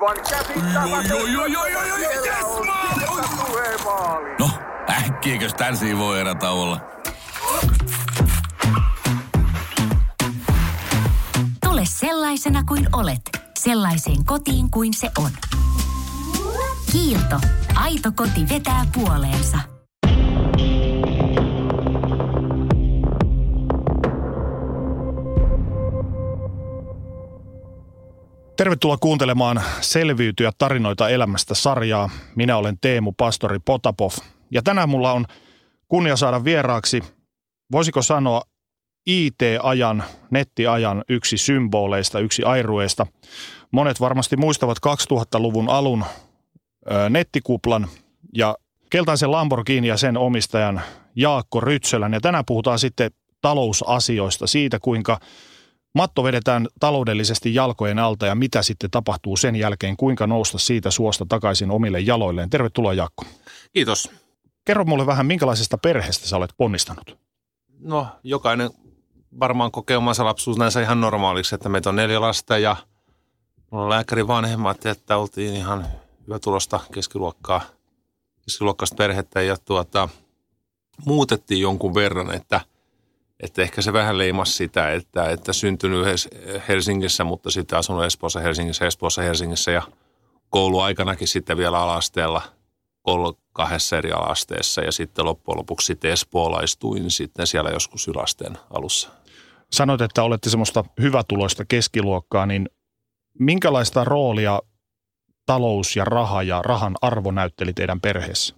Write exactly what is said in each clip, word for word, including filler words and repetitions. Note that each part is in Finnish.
Aivan käsittämätöntä. No, äkkiäkös tän voi erata olla? Tule sellaisena kuin olet, sellaiseen kotiin kuin se on. Kiilto. Aito koti vetää puoleensa. Tervetuloa kuuntelemaan Selviytyjä tarinoita elämästä -sarjaa. Minä olen Teemu Pastori Potapov ja tänään mulla on kunnia saada vieraaksi, voisiko sanoa, I T-ajan, nettiajan yksi symboleista, yksi airueista. Monet varmasti muistavat kaksituhattaluvun alun ö, nettikuplan ja keltaisen Lamborghini ja sen omistajan Jaakko Rytsölän. Ja tänään puhutaan sitten talousasioista, siitä kuinka matto vedetään taloudellisesti jalkojen alta ja mitä sitten tapahtuu sen jälkeen, kuinka nousta siitä suosta takaisin omille jaloilleen. Tervetuloa, Jaakko. Kiitos. Kerro mulle vähän, minkälaisesta perheestä sä olet ponnistanut? No, jokainen varmaan kokee omansa lapsuutensa ihan normaaliksi, että meitä on neljä lasta ja mulla on lääkärin vanhemmat, että oltiin ihan hyvä tulosta keskiluokkaa, keskiluokkaista perhettä ja tuota, muutettiin jonkun verran, että Että ehkä se vähän leimasi sitä, että, että syntynyt Helsingissä, mutta sitten asunut Espoossa, Helsingissä, Espoossa, Helsingissä ja kouluaikanakin sitten vielä ala-asteella, koulu kahdessa eri ala-asteessa ja sitten loppujen lopuksi sitten espoolaistuin sitten siellä joskus yläasteen alussa. Sanoit, että olette semmoista hyvätuloista keskiluokkaa, niin minkälaista roolia talous ja raha ja rahan arvo näytteli teidän perheessä?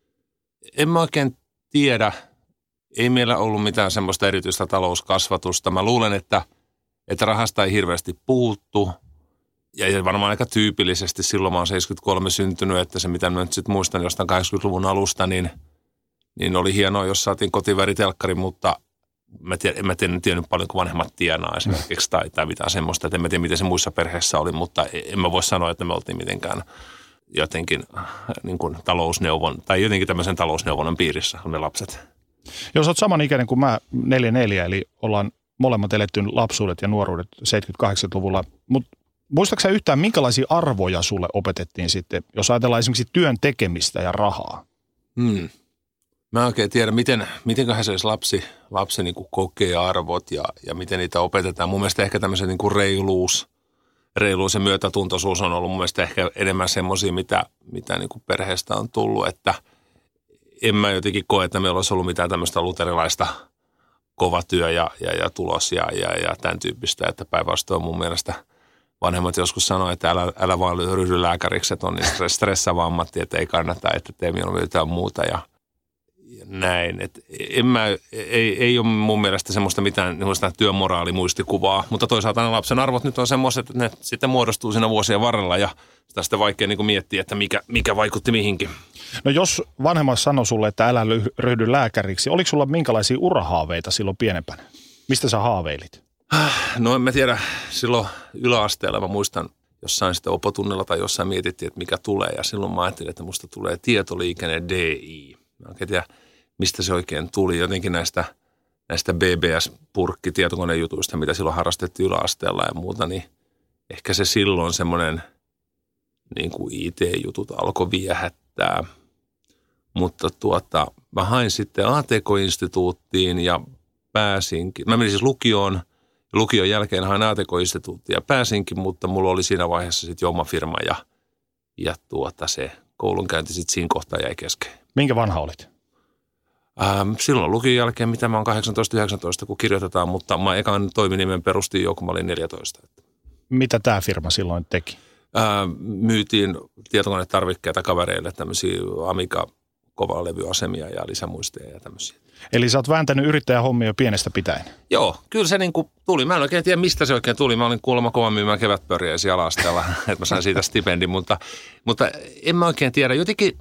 En mä oikein tiedä. Ei meillä ollut mitään semmoista erityistä talouskasvatusta. Mä luulen, että, että rahasta ei hirveästi puhuttu. Ja varmaan aika tyypillisesti silloin mä oon seitsemänkymmentäkolme syntynyt, että se mitä mä nyt sitten muistan jostain kahdeksankymmentäluvun alusta, niin, niin oli hienoa, jos saatiin kotiväritelkkari, mutta mä tiedän, en mä tiedä, tiennyt paljon kuin vanhemmat tienaa esimerkiksi tai, tai mitään semmoista. Että en mä tiedä, miten se muissa perheissä oli, mutta en mä voi sanoa, että me oltiin mitenkään jotenkin niin kuin talousneuvon tai jotenkin tämmöisen talousneuvonnan piirissä ne lapset. Jos olet samanikäinen kuin mä, neljä neljä, eli ollaan molemmat eletty lapsuudet ja nuoruudet seitsemänkymmentä-kahdeksankymmentäluvulla, mutta muistatko sä yhtään, minkälaisia arvoja sulle opetettiin sitten, jos ajatellaan esimerkiksi työn tekemistä ja rahaa? Hmm. Mä en oikein tiedä, miten, mitenköhän se lapsi, lapsi niin kuin kokee arvot ja, ja miten niitä opetetaan. Mun mielestä ehkä tämmöisen niin kuin reiluus, reiluus ja myötätuntoisuus on ollut mun mielestä ehkä enemmän semmoisia, mitä, mitä niin kuin perheestä on tullut, että en mä jotenkin koe, että meillä olisi ollut mitään tämmöistä luterilaista kova työ ja, ja, ja tulos ja, ja, ja tämän tyyppistä, että päinvastoin mun mielestä vanhemmat joskus sanoo, että älä, älä vaan ryhdy lääkäriksi, että on niin stressaava ammatti, että ei kannata, että tee mieluummin jotain muuta ja, ja näin. Et en mä, ei, ei ole mun mielestä semmoista mitään työmoraalimuistikuvaa, mutta toisaalta ne lapsen arvot nyt on semmoiset, että ne sitten muodostuu siinä vuosien varrella ja sitä sitten vaikea niin kuin miettiä, että mikä, mikä vaikutti mihinkin. No jos vanhemmat sanoi sulle, että älä ryhdy lääkäriksi, oliko sulla minkälaisia urahaaveita silloin pienempänä? Mistä sä haaveilit? No en mä tiedä. Silloin yläasteella mä muistan jossain sitten opotunnilla tai jossain mietittiin, että mikä tulee. Ja silloin mä ajattelin, että musta tulee tietoliikenne D I. Mä en tiedä, mistä se oikein tuli. Jotenkin näistä, näistä B B S-purkki-tietokonejutuista, mitä silloin harrastettiin yläasteella ja muuta, niin ehkä se silloin semmoinen niin kuin I T-jutut alkoi viehättää. Mutta tuota, mä hain sitten A T K-instituuttiin ja pääsinkin. Mä menin siis lukioon. Lukion jälkeen hain A T K-instituuttiin ja pääsinkin, mutta mulla oli siinä vaiheessa sitten jo oma firma ja, ja tuota, se koulunkäynti sitten siinä kohtaa jäi kesken. Minkä vanha olit? Ähm, silloin lukion jälkeen, mitä mä oon kahdeksantoista yhdeksäntoista, kun kirjoitetaan, mutta mä ekan toiminimen perustin jo, kun mä olin neljätoista. Mitä tämä firma silloin teki? Ähm, myytiin tietokonetarvikkeita kavereille, tämmöisiä Amiga kovalevyasemia ja lisämuisteja ja tämmöisiä. Eli sä oot vääntänyt yrittäjähommia pienestä pitäen? Joo, kyllä se niin kuin tuli. Mä en oikein tiedä, mistä se oikein tuli. Mä olin kuulemma kovan myymään kevätpörjäisiä ala-asteella, että mä sain siitä stipendin, mutta, mutta en mä oikein tiedä. Jotenkin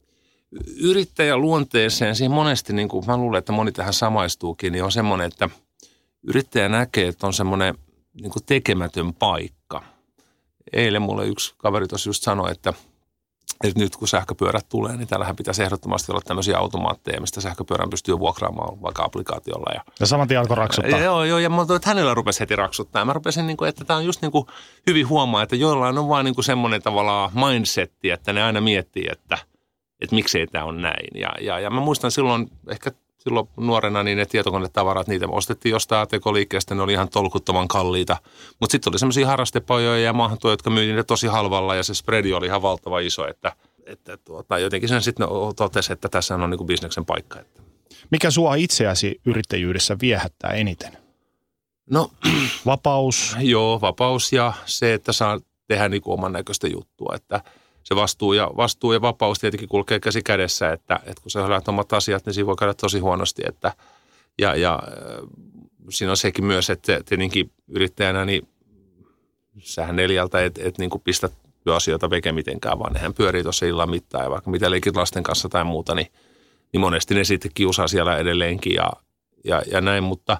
yrittäjäluonteeseen, siihen monesti, niin kuin mä luulen, että moni tähän samaistuukin, niin on semmoinen, että yrittäjä näkee, että on semmoinen niin kuin tekemätön paikka. Eilen mulle yksi kaveri tuossa just sanoi, että että nyt kun sähköpyörät tulee, niin täällähän pitäisi ehdottomasti olla tämmöisiä automaatteja, mistä sähköpyörän pystyy vuokraamaan vaikka applikaatiolla. Ja, ja saman tien alkoi raksuttaa. Joo, joo, ja mä toin, että hänellä rupesi heti raksuttaa. Mä rupesin, niin kuin, että tämä on just niin kuin hyvin huomaa, että joillain on vaan niin kuin semmoinen tavallaan mindsetti, että ne aina miettii, että, että miksei tämä on näin. Ja, ja, ja mä muistan silloin, ehkä silloin nuorena, niin ne tietokonetavarat, niitä ostettiin jostain A T K-liikkeestä, ne oli ihan tolkuttoman kalliita. Mutta sitten oli semmoisia harrastepajoja ja maahantuoja, jotka myytiin ne tosi halvalla ja se spreadi oli ihan valtava iso, että, että tuota, jotenkin sen sitten totesi, että tässä on niin kuin bisneksen paikka. Että. Mikä sua itseäsi yrittäjyydessä viehättää eniten? No, vapaus. Joo, vapaus ja se, että saa tehdä niin kuin oman näköistä juttua, että se vastuu ja, vastuu ja vapaus tietenkin kulkee käsi kädessä, että, että kun sä höllät omat asiat, niin siinä voi käydä tosi huonosti. Että, ja, ja siinä on sekin myös, että tietenkin yrittäjänä, niin sähän neljältä et, et niin kuin pistä työasioita veke mitenkään, vaan nehän pyörii tuossa illan mittaan. Ja vaikka mitä leikit lasten kanssa tai muuta, niin, niin monesti ne sitten kiusaa siellä edelleenkin ja, ja, ja näin. Mutta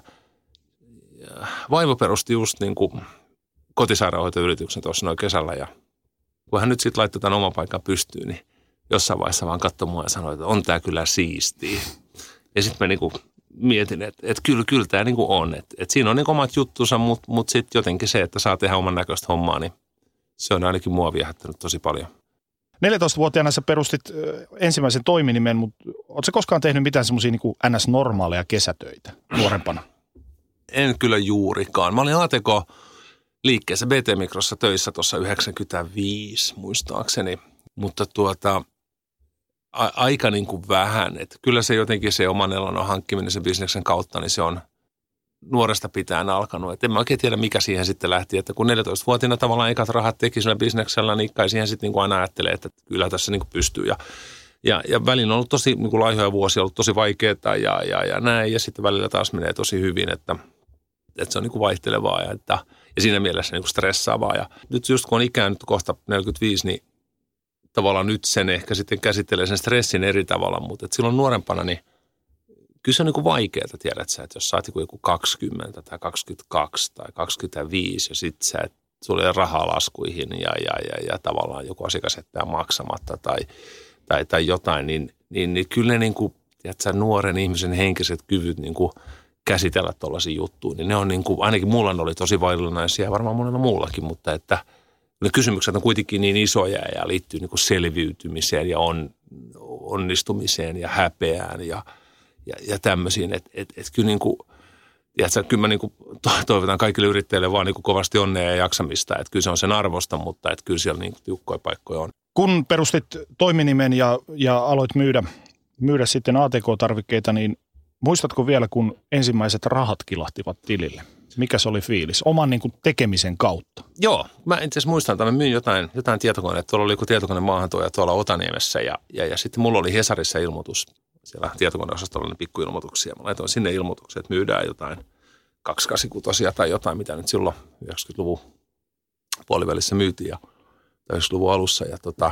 vaimo perusti just niin kuin kotisairaanhoitoyrityksen tuossa noin kesällä ja kun hän nyt sitten laittoi tämän oman paikan pystyyn, niin jossain vaiheessa vaan katsoi mua ja sanoi, että on tämä kyllä siistiä. Ja sitten mä niinku mietin, että, että kyllä, kyllä tämä niinku on. Että, että siinä on niinku omat juttunsa, mutta, mutta sitten jotenkin se, että saa tehdä oman näköistä hommaa, niin se on ainakin mua viehättänyt tosi paljon. neljätoistavuotiaana sä perustit ensimmäisen toiminimen, mutta ootko sä koskaan tehnyt mitään semmoisia niinku N S-normaaleja kesätöitä nuorempana? En kyllä juurikaan. Mä olin A T K liikkeessä B T-mikrossa töissä tuossa yhdeksänkymmentäviisi muistaakseni, mutta tuota a, aika niin kuin vähän. Että kyllä se jotenkin se oman elannon hankkiminen sen bisneksen kautta, niin se on nuoresta pitäen alkanut. Et en mä oikein tiedä, mikä siihen sitten lähti. Että kun neljätoistavuotiaana tavallaan ekat rahat teki sillä bisneksellä, niin kai siihen sitten niin kuin aina ajattelee, että kyllä tässä niin kuin pystyy. Ja, ja, ja välillä on ollut tosi niin kuin laihoja vuosia, ollut tosi vaikeaa ja, ja, ja näin. Ja sitten välillä taas menee tosi hyvin, että, että se on niin kuin vaihtelevaa ja että ja siinä mielessä niin kuin stressaavaa. Ja nyt just kun on ikään nyt kohta neljäkymmentäviisi, niin tavallaan nyt sen ehkä sitten käsittelee sen stressin eri tavalla. Mutta että silloin nuorempana, niin kyllä se on niin kuin vaikeaa, tiedät sä, että jos sä oot joku kaksikymmentä tai kaksikymmentäkaksi tai kaksikymmentäviisi ja sit sä, että sulla ei ole rahaa laskuihin ja, ja, ja, ja tavallaan joku asiakas jättää maksamatta tai, tai, tai jotain, niin, niin, niin kyllä ne niin kuin, tiedät sä, nuoren ihmisen henkiset kyvyt niin kuin käsitellä tuollaisia juttuja, niin ne on niin kuin, ainakin mulla ne oli tosi vaillinaisia ja varmaan monella muullakin, mutta että ne kysymykset on kuitenkin niin isoja ja liittyy niin kuin selviytymiseen ja on, onnistumiseen ja häpeään ja, ja, ja tämmöisiin, että et, et kyllä niin kuin, tiedätkö, kyllä mä niin kuin toivotan kaikille yrittäjille vaan niin kuin kovasti onnea ja jaksamista, että kyllä se on sen arvosta, mutta että kyllä siellä niin kuin tiukkoja paikkoja on. Kun perustit toiminimen ja, ja aloit myydä, myydä sitten A T K-tarvikkeita, niin muistatko vielä, kun ensimmäiset rahat kilahtivat tilille? Mikä se oli fiilis? Oman niin kuin tekemisen kautta. Joo, mä itse asiassa muistan, että mä myin jotain, jotain tietokoneita. Tuolla oli joku tietokone maahantuoja tuolla Otaniemessä ja, ja, ja sitten mulla oli Hesarissa ilmoitus. Siellä tietokoneosastolla oli pikkuilmoituksia. Mä laitoin sinne ilmoituksia, että myydään jotain kaksisataakahdeksankymmentäkuusi tai jotain, mitä nyt silloin yhdeksänkymmentäluvun puolivälissä myytiin ja yhdeksänkymmentäluvun alussa. Ja tota,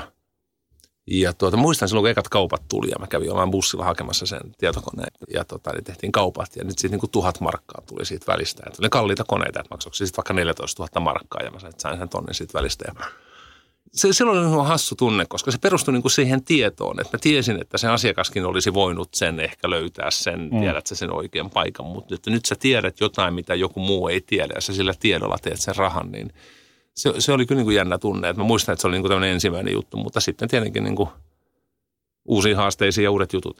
Ja tuota, muistan silloin, kun ekat kaupat tuli ja mä kävin jollain bussilla hakemassa sen tietokoneen ja tota, niin tehtiin kaupat ja nyt sitten niin tuhat markkaa tuli siitä välistä. Ja tuli kalliita koneita, että maksoiko sitten vaikka neljätoistatuhatta markkaa ja mä sain, sain sen tonnin siitä välistä. Ja se, silloin oli hassu tunne, koska se perustui niin kuin siihen tietoon, että mä tiesin, että se asiakaskin olisi voinut sen ehkä löytää sen, mm. tiedät sä sen oikean paikan, mutta että nyt sä tiedät jotain, mitä joku muu ei tiedä ja sä sillä tiedolla teet sen rahan, niin Se, se oli kyllä niin kuin jännä tunne, että mä muistan, että se oli niin kuin tämmöinen ensimmäinen juttu, mutta sitten tietenkin niin kuin uusiin haasteisiin ja uudet jutut.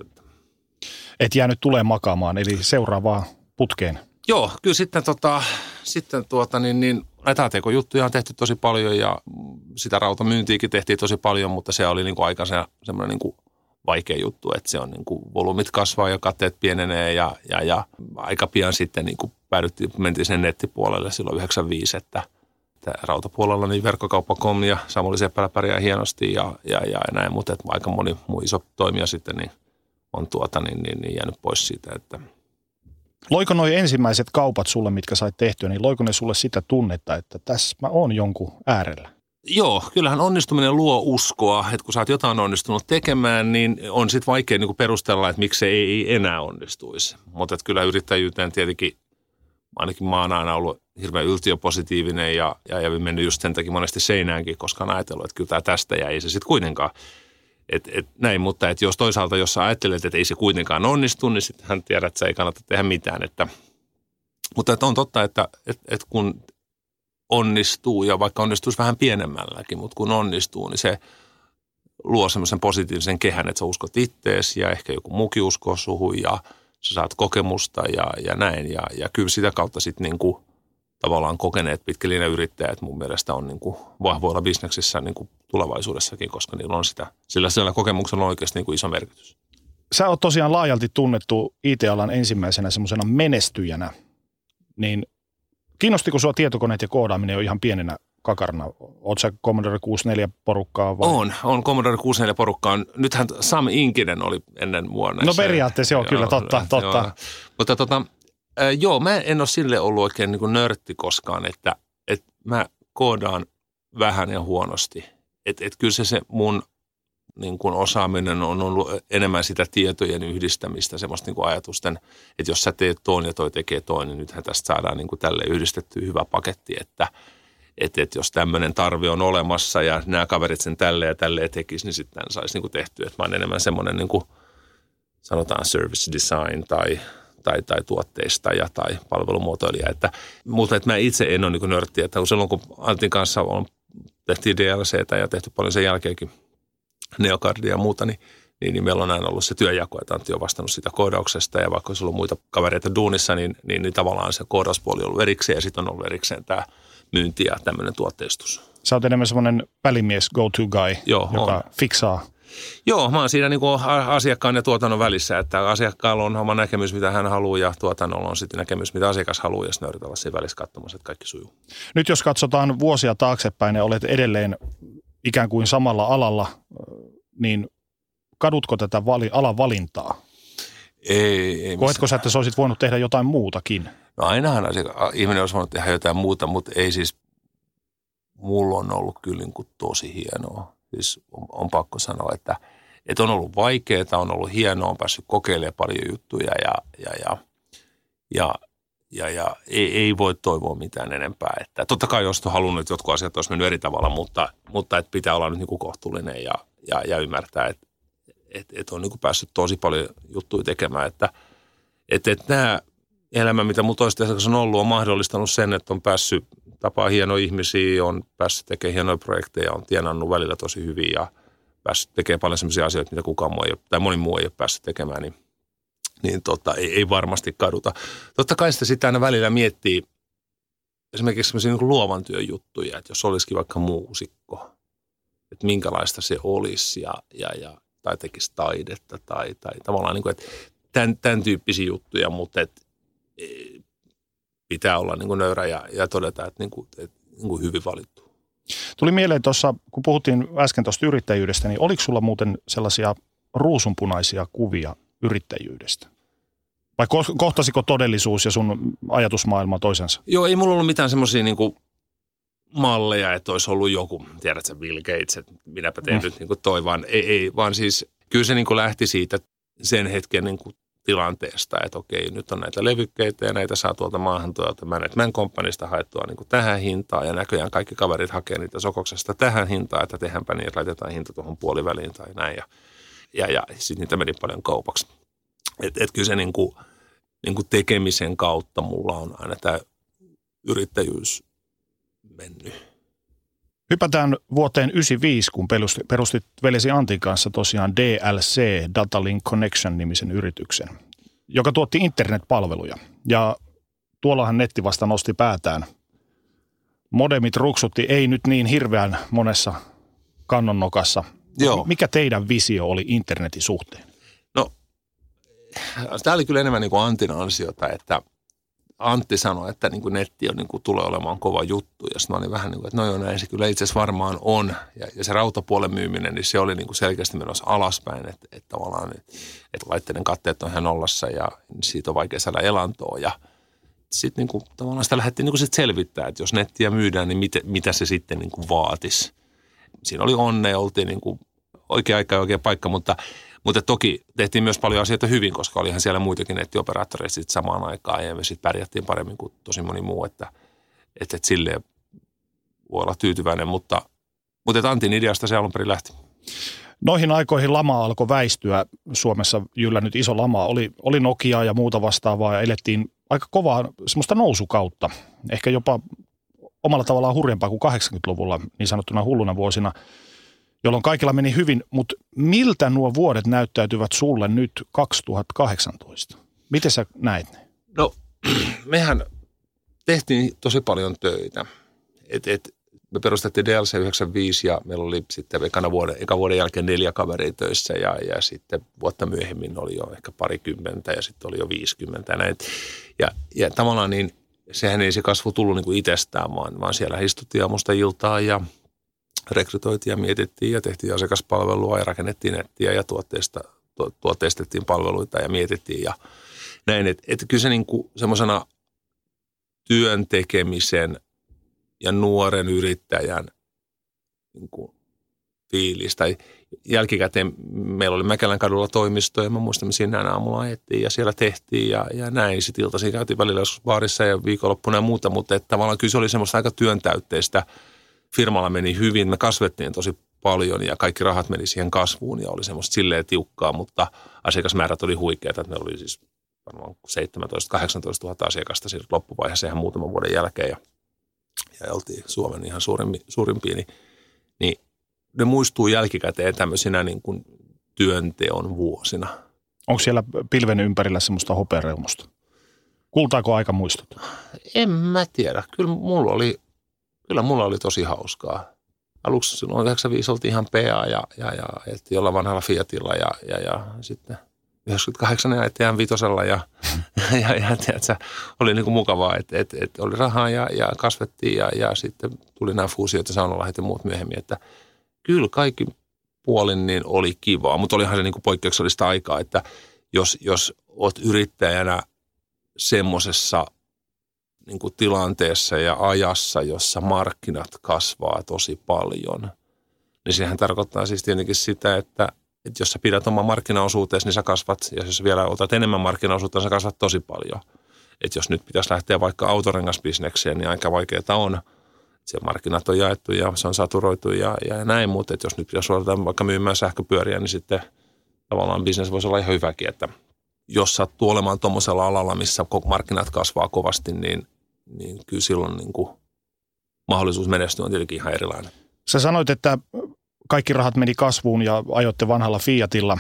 Et jäänyt tulee makaamaan, eli seuraavaa putkeen. Joo, kyllä sitten, tota, sitten tuota, niin, niin, näitä A T K-juttuja on tehty tosi paljon ja sitä rautamyyntiäkin tehtiin tosi paljon, mutta se oli niin kuin aika se, semmoinen niin kuin vaikea juttu, että se on niin kuin volyymit kasvaa ja katteet pienenee ja, ja, ja aika pian sitten niin kuin päädyttiin, mentiin sen nettipuolelle silloin yhdeksänkymmentäviisi, että rautapuolella niin verkkokauppa piste com ja Samuli Seppälä pärjää hienosti ja, ja, ja näin, mutta että aika moni muu iso toimija sitten niin on tuota, niin, niin, niin jäänyt pois siitä. Että. Loiko nuo ensimmäiset kaupat sulle, mitkä sait tehtyä, niin loiko ne sulle sitä tunnetta, että tässä mä oon jonkun äärellä? Joo, kyllähän onnistuminen luo uskoa, että kun sä oot jotain onnistunut tekemään, niin on sitten vaikea niin kuin perustella, että miksi se ei enää onnistuisi. Mutta kyllä yrittäjyyteen tietenkin ainakin mä oon aina ollut hirveän yltiöpositiivinen ja, ja, ja mennyt just sen takia monesti seinäänkin, koska on ajatellut, että kyllä tämä tästä ja ei se sitten kuitenkaan. Et, et, näin, mutta et jos toisaalta, jos sä ajattelet, että ei se kuitenkaan onnistu, niin sitten hän tiedät, että sä ei kannata tehdä mitään. Että, mutta et on totta, että et, et kun onnistuu ja vaikka onnistuisi vähän pienemmälläkin, mutta kun onnistuu, niin se luo semmoisen positiivisen kehän, että sä uskot ittees ja ehkä joku muukin uskoo suhun ja sä saat kokemusta ja, ja näin. Ja, ja kyllä sitä kautta sitten niinku tavallaan kokeneet pitkälinjan yrittäjät mun mielestä on niinku vahvoilla bisneksissä niinku tulevaisuudessakin, koska niillä on sitä, sillä sillä kokemuksella on oikeasti niinku iso merkitys. Sä oot tosiaan laajalti tunnettu I T-alan ensimmäisenä semmoisena menestyjänä, niin kiinnostiko sua tietokoneet ja koodaaminen jo ihan pienenä kakarana? Oot sä Commodore kuusikymmentäneljä-porukkaa vai? On, on Commodore kuusikymmentäneljä-porukkaa. Nythän Sam Inkinen oli ennen vuonna. No periaatteessa joo, kyllä, totta, totta. Joo. Mutta tota, äh, joo, mä en ole sille ollut oikein niin kuin nörtti koskaan, että, että mä koodaan vähän ja huonosti. Että et kyllä se, se mun niin kuin osaaminen on ollut enemmän sitä tietojen yhdistämistä, semmoista niin kuin ajatusten, että jos sä teet toon ja toi tekee toin, niin nythän tästä saadaan niin kuin tälle yhdistetty hyvä paketti, että Että et jos tämmöinen tarve on olemassa ja nämä kaverit sen tälleen ja tälleen tekisi, niin sitten saisi niinku tehtyä. Että mä oon enemmän semmoinen, niinku, sanotaan service design tai, tai, tai tuotteistaja tai palvelumuotoilija. Että, mutta että mä itse en ole niinku nörtti. Että silloin kun Antin kanssa on, tehtiin D L C:tä ja tehty paljon sen jälkeenkin Neocardia ja muuta, niin, niin, niin meillä on aina ollut se työjako, että Antti on vastannut sitä koodauksesta. Ja vaikka olisi ollut muita kavereita duunissa, niin, niin, niin tavallaan se koodauspuoli on ollut erikseen ja sitten on ollut erikseen tämä myynti ja tämmöinen tuotteistus. Sä oot enemmän semmoinen välimies, go-to-guy, Joo, joka on. fiksaa. Joo, mä oon siinä niin kuin asiakkaan ja tuotannon välissä, että asiakkaalla on oma näkemys, mitä hän haluaa ja tuotannolla on sitten näkemys, mitä asiakas haluaa ja sitten yritetään olla siinä välissä katsomassa, että kaikki sujuu. Nyt jos katsotaan vuosia taaksepäin ja olet edelleen ikään kuin samalla alalla, niin kadutko tätä vali- alan valintaa? Ei, ei Koetko sä, että sä olisit voinut tehdä jotain muutakin? No ainahan asiakka- ihminen olisi voinut tehdä jotain muuta, mutta ei siis, mulla on ollut kyllä niin kuin tosi hienoa. Siis on, on pakko sanoa, että, että on ollut vaikeaa, on ollut hienoa, on päässyt kokeilemaan paljon juttuja ja, ja, ja, ja, ja, ja ei, ei voi toivoa mitään enempää. Että totta kai jos on halunnut, että jotkut asiat olisi mennyt eri tavalla, mutta, mutta että pitää olla nyt niin kuin kohtuullinen ja, ja, ja ymmärtää, että, että, että on niin kuin päässyt tosi paljon juttuja tekemään. Että, että, että nämä elämä, mitä mulla toistaiseksi on ollut, on mahdollistanut sen, että on päässyt tapaa hienoja ihmisiä, on päässyt tekemään hienoja projekteja, on tienannut välillä tosi hyvin ja päässyt tekemään paljon sellaisia asioita, mitä kukaan muu ei ole, tai moni muu ei ole päässyt tekemään, niin, niin tota, ei, ei varmasti kaduta. Totta kai sitä sitten aina välillä miettii esimerkiksi sellaisia niin kuin luovan työn juttuja, että jos olisikin vaikka muusikko, että minkälaista se olisi ja, ja, ja, tai tekisi taidetta tai, tai tavallaan niin kuin, että tämän, tämän tyyppisiä juttuja, mutta että pitää olla niin kuin nöyrä ja, ja todeta, että, niin kuin, että niin kuin hyvin valittu. Tuli mieleen tuossa, kun puhuttiin äsken tuosta yrittäjyydestä, niin oliko sulla muuten sellaisia ruusunpunaisia kuvia yrittäjyydestä? Vai kohtasiko todellisuus ja sun ajatusmaailma toisensa? Joo, ei mulla ollut mitään semmoisia niin kuin malleja, että olisi ollut joku, tiedätkö Bill Gates, että minäpä teen mm. nyt niin kuin toi, vaan ei, ei, vaan siis kyllä se niin kuin lähti siitä sen hetken niin kuin tilanteesta, että okei, nyt on näitä levykkeitä ja näitä saa tuolta maahan tuolta Management Companysta haettua niin kuin tähän hintaan ja näköjään kaikki kaverit hakee niitä Sokoksesta tähän hintaan, että tehdäänpä niin, että laitetaan hinta tuohon puoliväliin tai näin ja, ja, ja sitten niitä meni paljon kaupaksi. Että et kyllä se niin kuin, niin kuin tekemisen kautta mulla on aina tämä yrittäjyys mennyt. Hypätään vuoteen yhdeksänkymmentäviisi, kun perustit veljesi Antin kanssa tosiaan D L C, Data Link Connection-nimisen yrityksen, joka tuotti internetpalveluja. Ja tuollahan netti vasta nosti päätään. Modemit ruksutti ei nyt niin hirveän monessa kannonnokassa. Joo. Mikä teidän visio oli internetin suhteen? No, tämä oli kyllä enemmän niin kuin Antin ansiota, että Antti sanoi, että niin kuin netti on, niin kuin, tulee olemaan kova juttu. Ja sitten mä olin vähän niin kuin, että no joo, näin se kyllä itse asiassa varmaan on. Ja, ja se rautapuolen myyminen, niin se oli niin kuin selkeästi menossa alaspäin. Että, että tavallaan, että, että laitteiden katteet on ihan nollassa ja siitä on vaikea saada elantoa. Ja sitten niin kuin, tavallaan sitä lähdettiin niin kuin sit selvittää, että jos nettiä myydään, niin mitä, mitä se sitten niin kuin vaatisi. Siinä oli onnea, oltiin niin kuin oikea aika ja oikea paikka, mutta, Mutta toki tehtiin myös paljon asioita hyvin, koska olihan siellä muitakin nettioperaattoreita sitten samaan aikaan ja me sitten pärjättiin paremmin kuin tosi moni muu, että, että, että silleen voi olla tyytyväinen, mutta, mutta että Antin ideasta se alun perin lähti. Noihin aikoihin lama alkoi väistyä. Suomessa jyllännyt iso lama. Oli, oli Nokiaa ja muuta vastaavaa ja elettiin aika kovaa semmoista nousukautta. Ehkä jopa omalla tavallaan hurjempaa kuin kahdeksankymmentäluvulla niin sanottuna hulluna vuosina, jolloin kaikilla meni hyvin. Mutta miltä nuo vuodet näyttäytyvät sulle nyt kaksituhattakahdeksantoista? Miten sä näet ne? No mehän tehtiin tosi paljon töitä. Et, et, me perustettiin D L C yhdeksänkymmentäviisi ja meillä oli sitten ekana vuoden, eka vuoden jälkeen neljä kaveria töissä ja, ja sitten vuotta myöhemmin oli jo ehkä parikymmentä ja sitten oli jo viisikymmentä. Ja, näin. ja, ja tavallaan niin sehän ei se kasvu tullut niin kuin itsestään, vaan, vaan siellä istuttiin aamusta iltaa ja rekrytoitiin ja mietittiin ja tehtiin asiakaspalvelua ja rakennettiin nettiä ja tuotteista, tu, tuotteistettiin palveluita ja mietittiin ja näin. Että et kyllä se niin kuin semmoisena työn tekemisen ja nuoren yrittäjän niin kuin fiilis. Tai jälkikäteen meillä oli Mäkelän kadulla toimisto ja mä muistan, me siinä aamulla ajettiin ja siellä tehtiin ja, ja näin. Sitten iltaisin käytiin välillä joskus baarissa ja viikonloppuna ja muuta, mutta että tavallaan kyllä se oli semmoista aika työntäytteistä. Firmalla meni hyvin, me kasvettiin tosi paljon ja kaikki rahat meni siihen kasvuun ja oli semmoista silleen tiukkaa, mutta asiakasmäärät oli huikeita. Että meillä oli siis varmaan seitsemäntoista kahdeksantoista tuhatta asiakasta siinä loppuvaiheessa ihan muutaman vuoden jälkeen ja ja oltiin Suomen ihan suurimpi, suurimpia, niin, niin ne muistuu jälkikäteen tämmöisinä niin kuin työnteon vuosina. Onko siellä pilven ympärillä semmoista hopeareunusta? Kultaako aika muistot? En mä tiedä. Kyllä mulla oli, kyllä mulla oli tosi hauskaa. Aluksi silloin yhdeksänkymmentäviisi oltiin ihan P A ja, ja, ja ajettiin jollain vanhalla Fiatilla ja, ja, ja sitten yhdeksänkymmentäkahdeksan ajettiin M viitosella ja, ja, ja tiedätkö, oli niin kuin mukavaa, että et, et oli rahaa ja, ja kasvettiin ja, ja sitten tuli nämä fuusiot ja saunalahdet ja muut myöhemmin, että kyllä kaikki puolin niin oli kivaa, mutta olihan se niin kuin poikkeuksellista aikaa, että jos, jos olet yrittäjänä semmoisessa niin kuin tilanteessa ja ajassa, jossa markkinat kasvaa tosi paljon, niin sehän tarkoittaa siis tietenkin sitä, että että jos sä pidät oman markkinaosuuteesi, niin sä kasvat, ja jos sä vielä otat enemmän markkinaosuutta, niin sä kasvat tosi paljon. Että jos nyt pitäisi lähteä vaikka autorengasbisnekseen, niin aika vaikeaa on. Siellä markkinat on jaettu ja se on saturoitu ja, ja näin, mutta että jos nyt pitäisi ruveta vaikka myymään sähköpyöriä, niin sitten tavallaan bisnes voisi olla ihan hyväkin, että jos sattuu olemaan tuommoisella alalla, missä markkinat kasvaa kovasti, niin, niin kyllä silloin niin kuin mahdollisuus menestyä on tietenkin ihan erilainen. Sä sanoit, että kaikki rahat meni kasvuun ja ajoitte vanhalla Fiatilla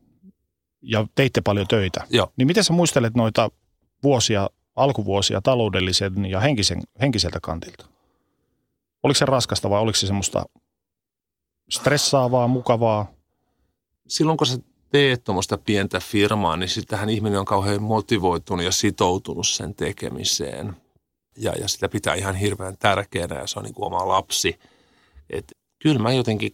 ja teitte paljon töitä. Joo. Niin miten sä muistelet noita vuosia, alkuvuosia taloudellisen ja henkisen, henkiseltä kantilta? Oliko se raskasta vai oliko se semmoista stressaavaa, mukavaa? Silloin kun sä teet tuommoista pientä firmaa, niin sittenhän ihminen on kauhean motivoitunut ja sitoutunut sen tekemiseen. Ja, ja sitä pitää ihan hirveän tärkeänä ja se on niin kuin oma lapsi. Et kyllä mä jotenkin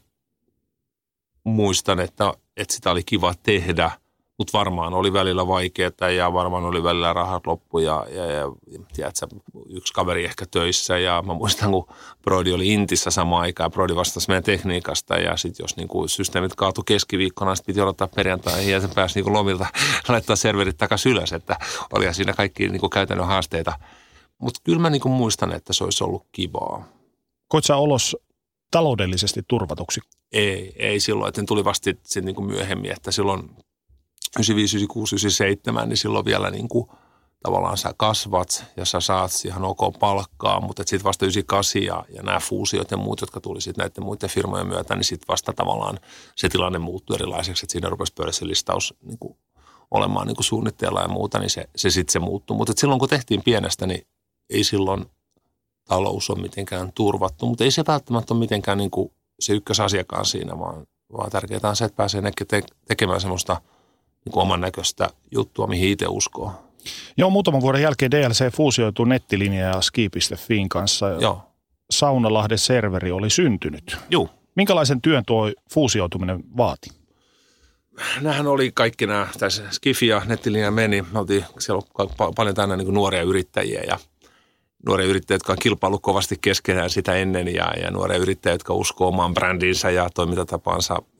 muistan, että, että sitä oli kiva tehdä, mutta varmaan oli välillä vaikeaa ja varmaan oli välillä rahat loppu ja, ja, ja tiedätkö, yksi kaveri ehkä töissä ja mä muistan, kun Brody oli Intissä samaan aikaan, Brody vastasi meidän tekniikasta ja sitten jos niinku systeemit kaatui keskiviikkona, sitten piti odottaa perjantaihin ja sen pääsi niinku lomilta laittaa serverit takaisin ylös, että olihan siinä kaikki niinku käytännön haasteita. Mutta kyllä mä niinku muistan, että se olisi ollut kivaa. Koit sä olos taloudellisesti turvatuksi? Ei, ei silloin, että tuli vasta sitten niin kuin myöhemmin, että silloin yhdeksänkymmentäviisi, yhdeksänkymmentäkuusi, yhdeksänkymmentäseitsemän, niin silloin vielä niin kuin tavallaan sä kasvat ja sä saat ihan ok palkkaa, mutta sitten vasta yhdeksänkymmentäkahdeksan ja, ja nämä fuusiot ja muut, jotka tuli sitten näiden muiden firmojen myötä, niin sitten vasta tavallaan se tilanne muuttui erilaiseksi, että siinä rupesi pörssilistaus niin kuin olemaan niin kuin suunnitteilla ja muuta, niin se, se sitten se muuttui. Mutta silloin kun tehtiin pienestä, niin ei silloin talous on mitenkään turvattu, mutta ei se välttämättä ole mitenkään niin kuin se ykkösasiakaan siinä, vaan, vaan tärkeää on se, että pääsee te- tekemään semmoista niin kuin oman näköistä juttua, mihin itse uskoo. Joo, muutaman vuoden jälkeen D L C fuusioitui nettilinja ja ski piste fin kanssa. Joo. Saunalahden serveri oli syntynyt. Joo. Minkälaisen työn tuo fuusioituminen vaati? Nämähän oli kaikki nämä, tässä Skifi ja nettilinja meni. Me oltiin siellä paljon tänne niin kuin nuoria yrittäjiä ja nuoria yrittäjiä, jotka on kilpailu kovasti keskenään sitä ennen ja, ja nuoria yrittäjiä, jotka uskoo omaan brändinsä ja toimintatapansa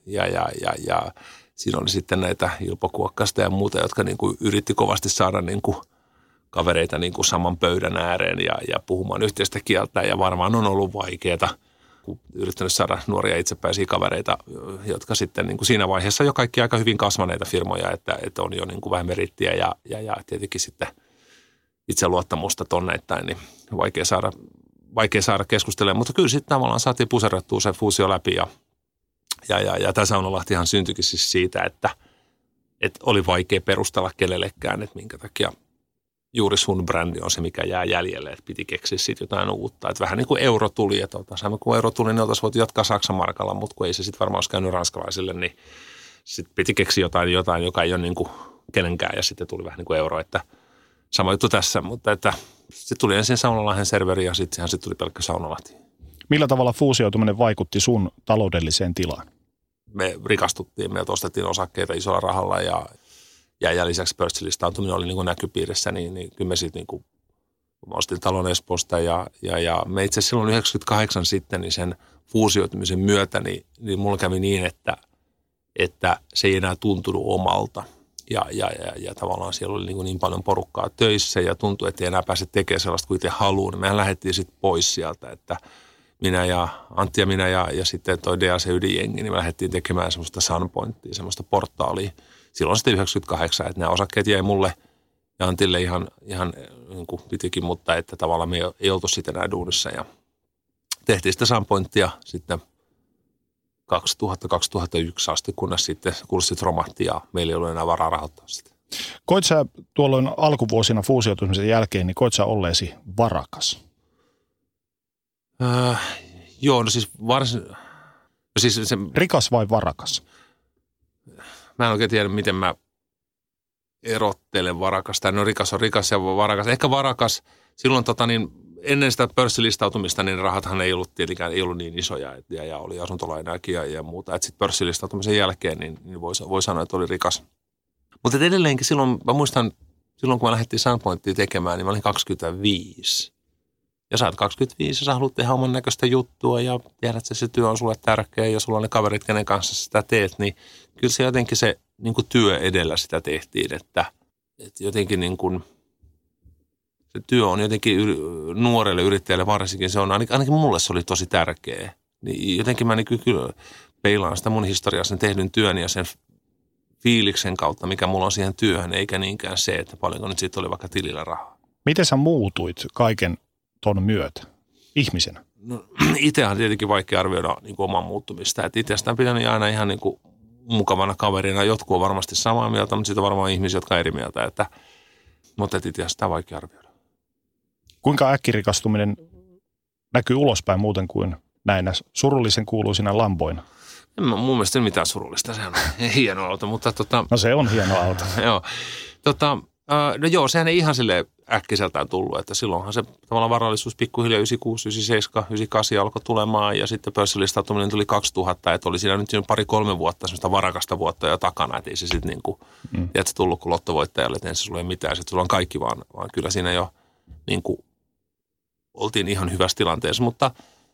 ja, ja, ja, ja siinä oli sitten näitä Ilpo Kuokkasta ja muuta, jotka niin kuin yritti kovasti saada niin kuin kavereita niin kuin saman pöydän ääreen ja, ja puhumaan yhteistä kieltä. Ja varmaan on ollut vaikeaa, kun yrittänyt saada nuoria itsepäisiä kavereita, jotka sitten niin kuin siinä vaiheessa jo kaikki aika hyvin kasvaneita firmoja, että, että on jo niin kuin vähän merittiä ja, ja, ja tietenkin sitten itseluottamusta tonneittain, niin vaikea saada, vaikea saada keskustelemaan. Mutta kyllä sitten tavallaan saatiin puserrettua se fuusio läpi ja Ja, ja, ja tämä Saunalahtihan syntyikin siis siitä, että, että oli vaikea perustella kenellekään, että minkä takia juuri sun brändi on se, mikä jää jäljelle, että piti keksiä siitä jotain uutta. Että vähän niin kuin euro tuli, että oltaisiin, kun euro tuli, niin oltaisiin voitu jatkaa Saksan markalla, mutta kun ei se sitten varmaan olisi käynyt ranskalaisille, niin sitten piti keksiä jotain, jotain joka ei ole niin kuin kenenkään, ja sitten tuli vähän niin kuin euro, että sama juttu tässä, mutta että sitten tuli ensin Saunalahden serveri, ja sittenhän sitten tuli pelkkä Saunalahti. Millä tavalla fuusioituminen vaikutti sun taloudelliseen tilaan? Me rikastuttiin, me ostettiin osakkeita isolla rahalla ja, ja, ja lisäksi pörssilistautuminen oli niin kuin näkypiirissä, niin, niin kyllä me sitten niin kuin, mä ostin talon Espoosta ja, ja, ja me itse asiassa silloin yhdeksänkymmentäkahdeksan sitten niin sen fuusioitumisen myötä, niin, niin mulla kävi niin, että, että se ei enää tuntunut omalta ja, ja, ja, ja tavallaan siellä oli niin, kuin niin paljon porukkaa töissä ja tuntui, että ei enää pääse tekemään sellaista kuin itse haluaa, niin mehän lähdettiin sitten pois sieltä, että minä ja Antti ja minä ja, ja sitten toi D A C-ydinjengi, niin me lähdettiin tekemään semmoista Sunpointia, semmoista portaalia. Silloin sitten yhdeksänkymmentäkahdeksan, että nämä osakkeet jäi mulle ja Antille ihan, ihan niin kuin pitikin, mutta että tavallaan me ei, ei oltu sitten enää duunissa. Ja tehtiin sitä Sunpointia sitten kaksituhatta kaksituhattayksi asti, kunnes sitten kurssit romahti ja meillä ei ollut enää varaa rahoittaa sitä. Koit sä tuolloin alkuvuosina fuusioitumisen jälkeen, niin koit sä olleesi varakas? Öö, joo, no siis varsin... No siis se, rikas vai varakas? Mä en oikein tiedä, miten mä erottelen varakasta. No rikas on rikas ja varakas. Ehkä varakas, silloin tota niin, ennen sitä pörssilistautumista, niin rahathan ei ollut tietenkään ei ollut niin isoja ja, ja oli asuntolainaakin ja, ja muuta. Että sitten pörssilistautumisen jälkeen, niin, niin voi, voi sanoa, että oli rikas. Mutta edelleenkin silloin, mä muistan, silloin kun mä lähdettiin Sunpointia tekemään, niin mä olin kaksikymmentäviisi. Ja sä oot kaksikymmentäviisi ja sä haluat tehdä oman näköistä juttua ja tiedät, että se työ on sulle tärkeä ja sulla on ne kaverit, kenen kanssa sitä teet, niin kyllä se jotenkin se niin kuin työ edellä sitä tehtiin, että, että jotenkin niin kuin, se työ on jotenkin yri, nuorelle yrittäjälle varsinkin, se on ainakin, ainakin mulle se oli tosi tärkeä. Niin jotenkin mä niin kyllä peilaan sitä mun historiaa sen tehdyn työn ja sen fiiliksen kautta, mikä mulla on siihen työhön, eikä niinkään se, että paljonko nyt siitä oli vaikka tilillä rahaa. Miten sä muutuit kaiken ton myötä ihmisenä? No, itse on tietenkin vaikea arvioida niin kuin omaa muuttumista. Että itsestä pitänyt aina ihan niin kuin mukavana kaverina. Jotkut on varmasti samaa mieltä, mutta sitten on varmaan ihmisiä, jotka on eri mieltä. Että, mutta itse sitä on vaikea arvioida. Kuinka äkkirikastuminen näkyy ulospäin muuten kuin näinä surullisen kuuluisina lamboina? En mä, mun mielestä ei mitään surullista. Se on hieno auto, mutta tota... No se on hieno auto. Joo. Tota, no joo, sehän ei ihan silleen äkkiseltään tullut, että silloinhan se tavallaan varallisuus pikkuhiljaa yhdeksänkymmentäkuusi, yhdeksänkymmentäseitsemän, yhdeksänkymmentäkahdeksan alkoi tulemaan ja sitten pörssilistautuminen tuli kaksituhatta, että oli siinä nyt pari-kolme vuotta semmoista varakasta vuotta jo takana, että ei se sitten niin kuin, mm. tiedätkö, tullut kuin lottovoittajalle, että ensin sulla ei mitään, sitten sulla on kaikki vaan, vaan kyllä siinä jo niin kuin oltiin ihan hyvässä tilanteessa, mutta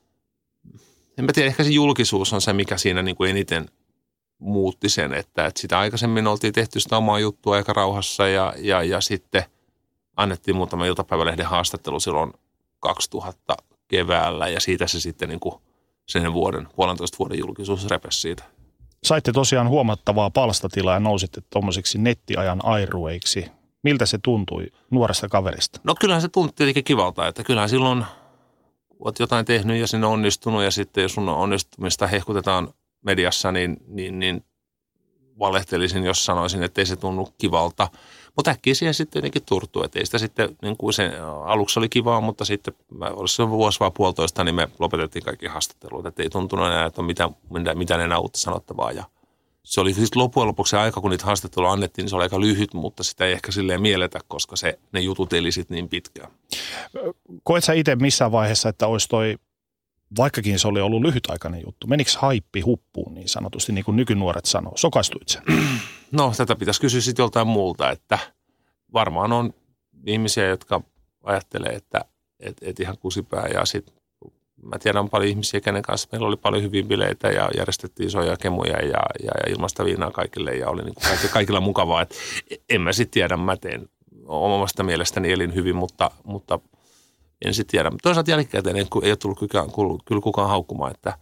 en mä tiedä, ehkä se julkisuus on se, mikä siinä niin kuin eniten muutti sen, että, että sitä aikaisemmin oltiin tehty sitä omaa juttua aika rauhassa ja, ja, ja sitten annettiin muutama iltapäivälehden haastattelu silloin kaksituhatta keväällä ja siitä se sitten niin kuin sen vuoden, puolentoista vuoden julkisuus repesi siitä. Saitte tosiaan huomattavaa palstatilaa ja nousitte tuommoisiksi nettiajan airueiksi. Miltä se tuntui nuoresta kaverista? No kyllähän se tuntui tietenkin kivalta, että kyllähän silloin olet jotain tehnyt ja sinne onnistunut ja sitten jos sun onnistumista hehkutetaan mediassa, niin, niin, niin valehtelisin, jos sanoisin, että ei se tunnu kivalta. Mutta äkkiä siihen sitten jotenkin turtuu, että ei sitä sitten, niin kuin se aluksi oli kivaa, mutta sitten olisi se vuosi vai puolitoista, niin me lopetettiin kaikki haastattelut, että ei tuntunut enää, että on mitään, mitään enää uutta sanottavaa. Ja se oli siis loppujen lopuksi se aika, kun niitä haastatteluja annettiin, niin se oli aika lyhyt, mutta sitä ei ehkä silleen mielletä, koska se, ne jutut eli sitten niin pitkään. Koet sä itse missään vaiheessa, että olisi toi, vaikkakin se oli ollut lyhytaikainen juttu, menikö haippi huppuun niin sanotusti, niin kuin nykynuoret sanoo? Sokastuit sen? No tätä pitäisi kysyä sitten joltain muulta, että varmaan on ihmisiä, jotka ajattelee, että et, et ihan kusipää ja sitten mä tiedän paljon ihmisiä, kenen kanssa meillä oli paljon hyviä bileitä ja järjestettiin isoja kemuja ja, ja, ja ilmasta viinaa kaikille ja oli niin kuin kaikilla, kaikilla mukavaa. Et en mä sitten tiedä, mä teen omasta mielestäni elin hyvin, mutta, mutta en sitten tiedä. Toisaalta jälkikäteen ei, ei ole tullut kyllä kukaan haukkumaan, että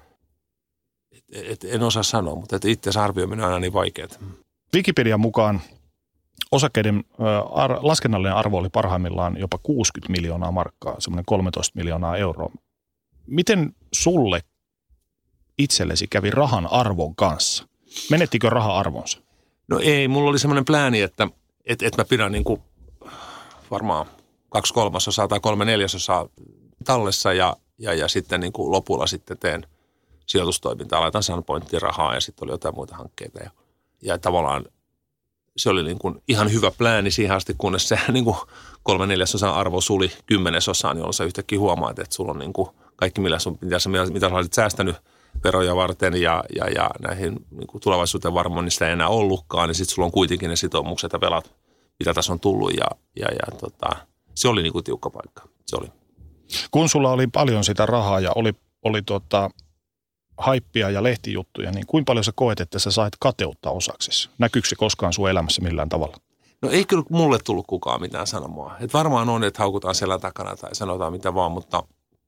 et, et, en osaa sanoa, mutta että itse arvioiminen on aina niin vaikeaa. Wikipedian mukaan osakkeiden ar- laskennallinen arvo oli parhaimmillaan jopa kuusikymmentä miljoonaa markkaa, semmoinen kolmetoista miljoonaa euroa. Miten sulle itsellesi kävi rahan arvon kanssa? Menettikö raha arvonsa? No ei, mulla oli semmoinen plääni, että et, et mä pidän niin kuin varmaan kaksi kolmasosaa tai kolme neljäsosaa tallessa ja, ja, ja sitten niin kuin lopulla sitten teen sijoitustoimintaa, laitan Sunpointiin rahaa ja sitten oli jotain muita hankkeita. Ja, ja tavallaan se oli niin kuin ihan hyvä plääni siihen asti, kunnes se niin kuin kolme neljäsosan arvo suli kymmenesosaan, jolloin sä yhtäkkiä huomaat, että sulla on niin kuin kaikki, millä sun, mitä, sä, mitä sä olisit säästänyt veroja varten ja, ja, ja näihin niin kuin tulevaisuuteen varmaan niistä ei enää ollutkaan, niin sitten sulla on kuitenkin ne sitoumukset ja velat, mitä tässä on tullut ja, ja, ja tota, se oli niin kuin tiukka paikka. Se oli. Kun sulla oli paljon sitä rahaa ja oli, oli tota, haippia ja lehtijuttuja, niin kuinka paljon sä koet, että sä sait kateutta osaksesi? Näkyykö se koskaan sun elämässä millään tavalla? No ei kyllä mulle tullut kukaan mitään sanomaan. Et varmaan on, että haukutaan selän takana tai sanotaan mitä vaan, mutta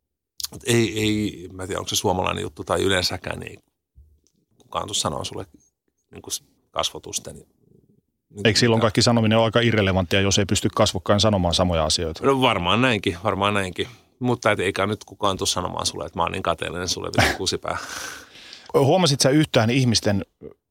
ei, ei, mä en tiedä, onko se suomalainen juttu tai yleensäkään, niin kukaan tuossa sanoo sulle niin kuin kasvotusten. Niin eikö silloin kaikki sanominen ole aika irrelevanttia, jos ei pysty kasvokkain sanomaan samoja asioita? No varmaan näinkin, varmaan näinkin. Mutta et eikä nyt kukaan tule sanomaan sulle, että mä oon niin kateellinen sulle vielä kusipää. Huomasit sä yhtään ihmisten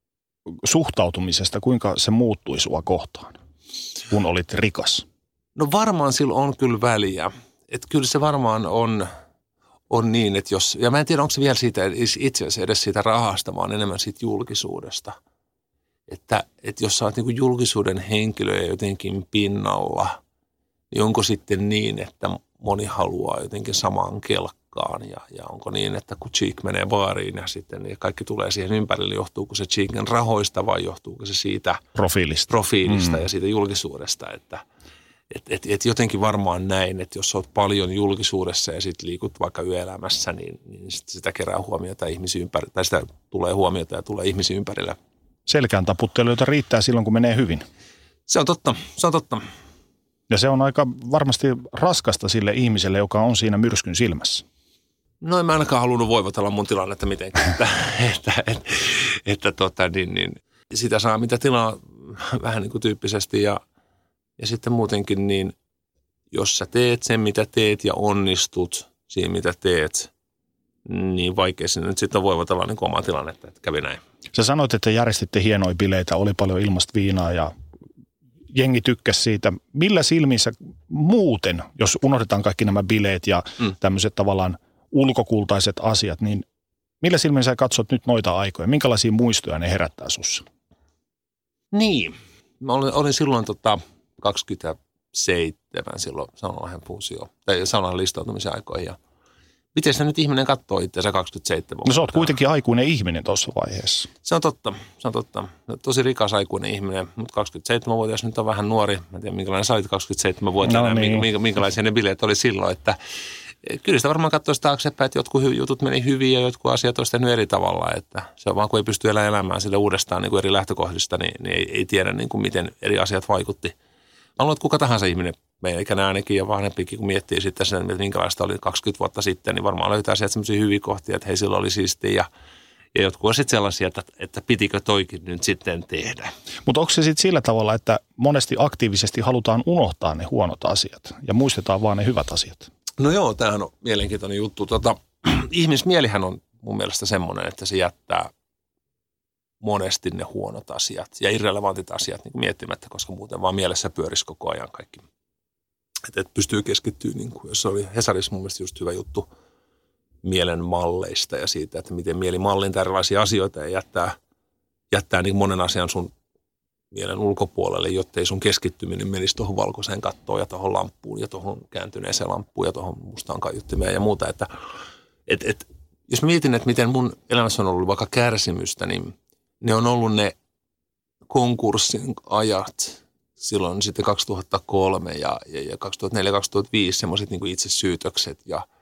suhtautumisesta, kuinka se muuttui sua kohtaan, kun olit rikas? No varmaan sillä on kyllä väliä. Että kyllä se varmaan on, on niin, että jos, ja mä en tiedä, onko se vielä siitä itse asiassa edes siitä rahasta, vaan enemmän siitä julkisuudesta. Että, että jos sä oot niin kuin julkisuuden henkilö ja jotenkin pinnalla, niin onko sitten niin, että moni haluaa jotenkin samaan kelkkaan ja, ja onko niin, että kun Cheek menee baariin ja sitten ja kaikki tulee siihen ympärille, johtuuko se Cheeken rahoista vai johtuuko se siitä profiilista, profiilista mm. ja siitä julkisuudesta, että et, et, et jotenkin varmaan näin, että jos olet paljon julkisuudessa ja sitten liikut vaikka yöelämässä, niin, niin sit sitä kerää huomiota ihmisiä ympärillä, tai sitä tulee huomiota ja tulee ihmisiä ympärillä. Selkään taputteluita riittää silloin, kun menee hyvin. Se on totta, se on totta. Ja se on aika varmasti raskasta sille ihmiselle, joka on siinä myrskyn silmässä. No en mä ainakaan halunnut voivotella mun tilannetta mitenkään, että, että, että, että tota, niin, niin, sitä saa mitä tilaa vähän niin kuin tyyppisesti ja, ja sitten muutenkin niin, jos sä teet sen mitä teet ja onnistut siinä mitä teet, niin vaikea sinne nyt sitten voivotella niin kuin omaa tilannetta, että kävi näin. Sä sanoit, että järjestitte hienoja bileitä, oli paljon ilmasta viinaa ja jengi tykkäsi siitä. Millä silmissä muuten, jos unohdetaan kaikki nämä bileet ja mm. tämmöiset tavallaan ulkokultaiset asiat, niin millä silmin sä katsot nyt noita aikoja? Minkälaisia muistoja ne herättää sussa? Niin. Mä olin, olin silloin tota kaksikymmentäseitsemän silloin Saunalahden fuusio, tai Saunan listautumisen aikoihin. Ja miten sä nyt ihminen katsoo itseänsä kaksikymmentäseitsemän? No sä oot kuitenkin aikuinen ihminen tuossa vaiheessa. Se on totta, se on totta. Tosi rikas aikuinen ihminen, mutta kaksikymmentäseitsemänvuotias nyt on vähän nuori. Mä en tiedä, minkälainen sä olit kaksikymmentäseitsemänvuotiaana, no niin. minkä, minkälaisia ne bileet oli silloin. Että, kyllä sitä varmaan katsoisi taaksepäin, että jotkut jutut meni hyvin ja jotkut asiat olisi tehnyt eri tavalla. Että se on vaan, kun ei pysty elämään elämään sille uudestaan niin kuin eri lähtökohdista, niin, niin ei, ei tiedä, niin kuin miten eri asiat vaikutti. Mä luulen, että kuka tahansa ihminen, meidän ikäinen ainakin ja vanhempikin, kun miettii sitten sen, että minkälaista oli kaksikymmentä vuotta sitten, niin varmaan löytää sieltä sellaisia hyviä kohtia, että hei, silloin oli siistiä ja, ja jotkut on sitten sellaisia, että, että pitikö toikin nyt sitten tehdä. Mutta onko se sitten sillä tavalla, että monesti aktiivisesti halutaan unohtaa ne huonot asiat ja muistetaan vaan ne hyvät asiat? No joo, tämähän on mielenkiintoinen juttu. Tota, ihmismielihän on mun mielestä semmoinen, että se jättää monesti ne huonot asiat ja irrelevantit asiat niin miettimättä, koska muuten vaan mielessä pyörisi koko ajan kaikki. Että et pystyy keskittyä, niin kuin, jos oli Hesarissa mun mielestä just hyvä juttu mielen malleista ja siitä, että miten mieli mallintaa erilaisia asioita ja jättää, jättää niin monen asian sun mielen ulkopuolelle, jottei sun keskittyminen menisi tuohon valkoiseen kattoon ja tuohon lamppuun ja tuohon kääntyneeseen lamppuun ja tuohon mustaan kaiuttimeen ja muuta. Että, et, et, jos mietin, että miten mun elämässä on ollut vaikka kärsimystä, niin ne on ollut ne konkurssin ajat silloin sitten kaksituhattakolme ja, ja, ja kaksituhattaneljä kaksituhattaviisi semmoiset niin kuin itsesyytökset ja,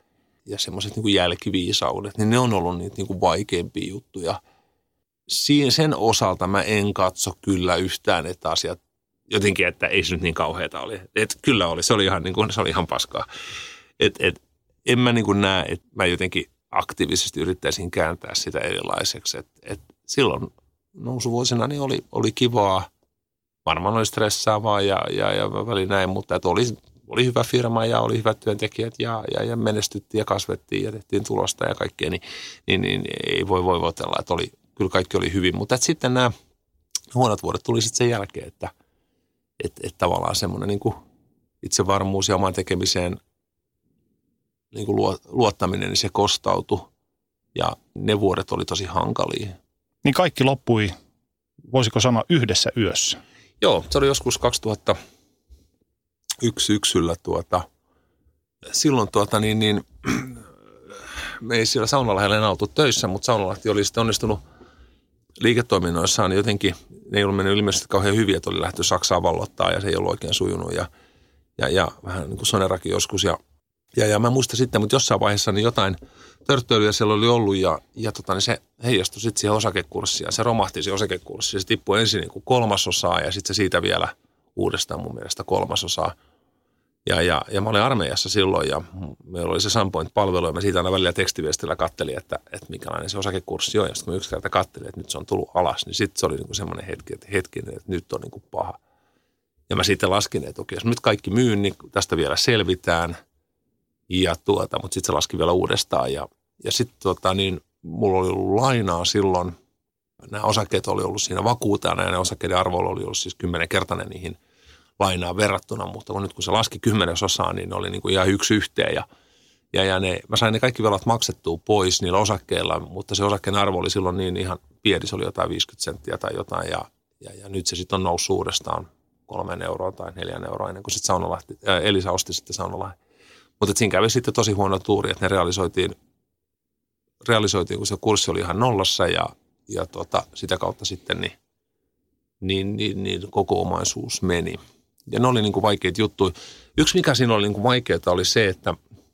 ja semmoiset niin kuin jälkiviisaudet, niin ne on ollut niitä niin kuin vaikeimpia juttuja. Siin, sen osalta mä en katso kyllä yhtään, että asiat jotenkin, että ei se nyt niin kauheata oli. Et kyllä oli, se oli ihan, niin kuin, se oli ihan paskaa. Et, et, en mä niin kuin näe, että mä jotenkin aktiivisesti yrittäisin kääntää sitä erilaiseksi. Et, et silloin nousuvuosina niin oli, oli kivaa, varmaan oli stressaavaa ja, ja, ja väliin näin, mutta että oli, oli hyvä firma ja oli hyvät työntekijät ja, ja, ja menestyttiin ja kasvettiin ja tehtiin tulosta ja kaikkea, niin, niin, niin ei voi voivotella, että oli, kyllä kaikki oli hyvin. Mutta että sitten nämä huonot vuodet tuli sitten sen jälkeen, että Että et tavallaan semmoinen niin kuin itsevarmuus ja oman tekemiseen niin kuin luottaminen, niin se kostautui. Ja ne vuodet oli tosi hankalia. Niin kaikki loppui, voisiko sanoa, yhdessä yössä? Joo, se oli joskus kaksituhattayksi syksyllä. Tuota, silloin tuota, niin, niin, me ei siellä Saunalähdellä enää oltu töissä, mutta Saunalahti oli sitten onnistunut liiketoiminnoissaan jotenkin, ne ei ollut mennyt ilmeisesti kauhean hyvin, että oli lähtö Saksaan vallottaa ja se ei ollut oikein sujunut ja, ja, ja vähän niin kuin Sonerakin joskus. Ja, ja, ja mä muistan sitten, mutta jossain vaiheessa niin jotain törttöilyä siellä oli ollut ja, ja tota, niin se heijastui sitten siihen osakekurssiin ja se romahti se osakekurssi. Se tippui ensin niin kuin kolmasosaa ja sitten se siitä vielä uudestaan mun mielestä kolmasosaa. Ja, ja, ja mä olin armeijassa silloin ja meillä oli se Sunpoint-palvelu ja mä siitä aina välillä tekstiviestillä kattelin, että, että minkälainen se osakekurssi on. Ja sitten kun mä yksi kerta kattelin, että nyt se on tullut alas, niin sitten se oli niinku semmoinen hetki, että hetkinen, että nyt on niinku paha. Ja mä sitten laskin, että okei, jos nyt kaikki myyn, niin tästä vielä selvitään. Ja tuota, mutta sitten se laski vielä uudestaan. Ja, ja sitten tota, niin mulla oli ollut lainaa silloin. Nämä osakkeet oli ollut siinä vakuutena ja ne osakkeiden arvoilla oli ollut siis kymmenenkertainen niihin lainaa verrattuna, mutta kun nyt kun se laski kymmenesosaan, niin ne oli niin kuin ihan yksi yhteen ja, ja, ja ne, mä sain ne kaikki velat maksettua pois niillä osakkeilla, mutta se osakkeen arvo oli silloin niin ihan pieni, se oli jotain viisikymmentä senttiä tai jotain ja, ja, ja nyt se sitten on noussut uudestaan kolmen euroa tai neljän euroa ennen kuin sitten Saunalahti, ää, Elisa osti sitten Saunalahti. Mutta siinä kävi sitten tosi huono tuuri, että ne realisoitiin, realisoitiin kun se kurssi oli ihan nollassa ja, ja tota, sitä kautta sitten niin, niin, niin, niin koko omaisuus meni. Ja ne oli niin kuin vaikeita juttuja. Yksi mikä siinä oli niin kuin vaikeaa oli se, että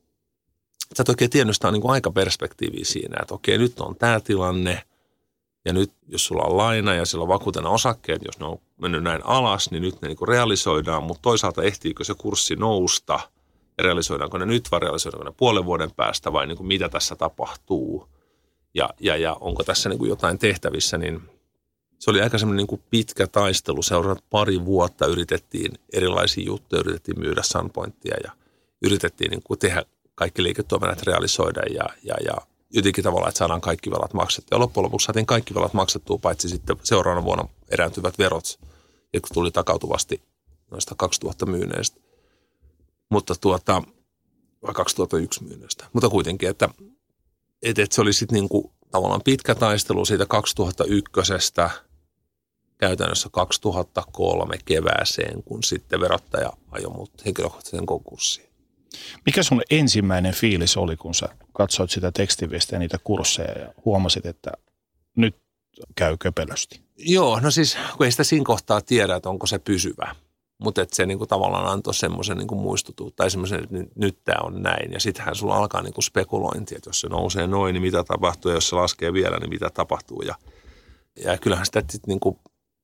sä et oikein tiennyt sitä niin kuin aikaperspektiiviä siinä, että okei nyt on tämä tilanne ja nyt jos sulla on laina ja sillä on vakuutena osakkeet, jos ne on mennyt näin alas, niin nyt ne niin kuin realisoidaan, mutta toisaalta ehtiikö se kurssi nousta ja realisoidaanko ne nyt vai realisoidaanko ne puolen vuoden päästä vai niin kuin mitä tässä tapahtuu ja, ja, ja onko tässä niin kuin jotain tehtävissä, niin se oli aika semmoinen niin kuin pitkä taistelu. Seuraavat pari vuotta yritettiin erilaisia juttuja, yritettiin myydä Sunpointia ja yritettiin niin kuin tehdä kaikki liiketoiminnat realisoida ja, ja, ja jotenkin tavallaan, että saadaan kaikki velat maksettua. Ja loppujen lopuksi saatiin kaikki velat maksettua, paitsi sitten seuraavana vuonna erääntyvät verot, jotka tuli takautuvasti noista kaksituhatta myyneistä. Mutta tuota, vai kaksituhattayksi myyneistä. Mutta kuitenkin, että, että, että se oli sitten niin kuin tavallaan pitkä taistelu siitä kaksituhattayksi käytännössä kaksituhattakolme kevääseen, kun sitten verottaja ajoi mut henkilökohtaisen konkurssiin. Mikä sun ensimmäinen fiilis oli, kun sä katsoit sitä tekstiviestiä ja niitä kursseja ja huomasit, että nyt käy köpelösti? Joo, no siis kun ei sitä siinä kohtaa tiedä, että onko se pysyvä. Mutta että se niinku tavallaan antoi semmoisen niinku muistutuun tai semmoisen, että nyt, nyt tämä on näin. Ja sittenhän sulla alkaa niinku spekulointi, että jos se nousee noin, niin mitä tapahtuu, ja jos se laskee vielä, niin mitä tapahtuu. Ja, ja kyllähän sitä sitten niinku,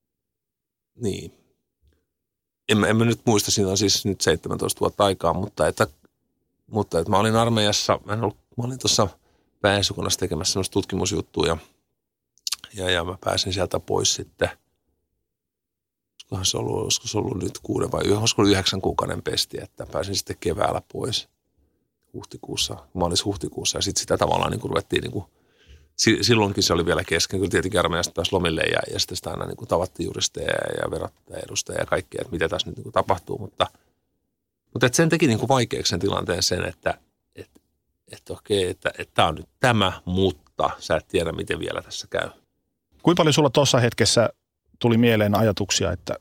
niin, en mä, en mä nyt muista, siinä on siis nyt seitsemäntoista vuotta aikaa, mutta että, mutta että mä olin armeijassa, mä, ollut, mä olin tuossa pääesikunnassa tekemässä semmoista tutkimusjuttua, ja, ja, ja mä pääsin sieltä pois sitten. Olisikohan se ollut, olisiko se ollut nyt kuuden vai olisiko ollut yhdeksän kuukauden pesti, että pääsin sitten keväällä pois huhtikuussa, maalis-huhtikuussa ja sitten sitä tavallaan niin kuin ruvettiin, niin kuin, silloinkin se oli vielä kesken, kyllä tietenkin armeijasta pääsi lomille ja, ja sitten sitä aina niin kuin tavattiin juristeja ja verottaja edustajia ja kaikkea, että mitä tässä nyt niin kuin tapahtuu, mutta, mutta että sen teki niin kuin vaikeaksi sen tilanteen sen, että et, et okei, että et tämä on nyt tämä, mutta sä et tiedä, miten vielä tässä käy. Kuinka paljon sulla tuossa hetkessä tuli mieleen ajatuksia, että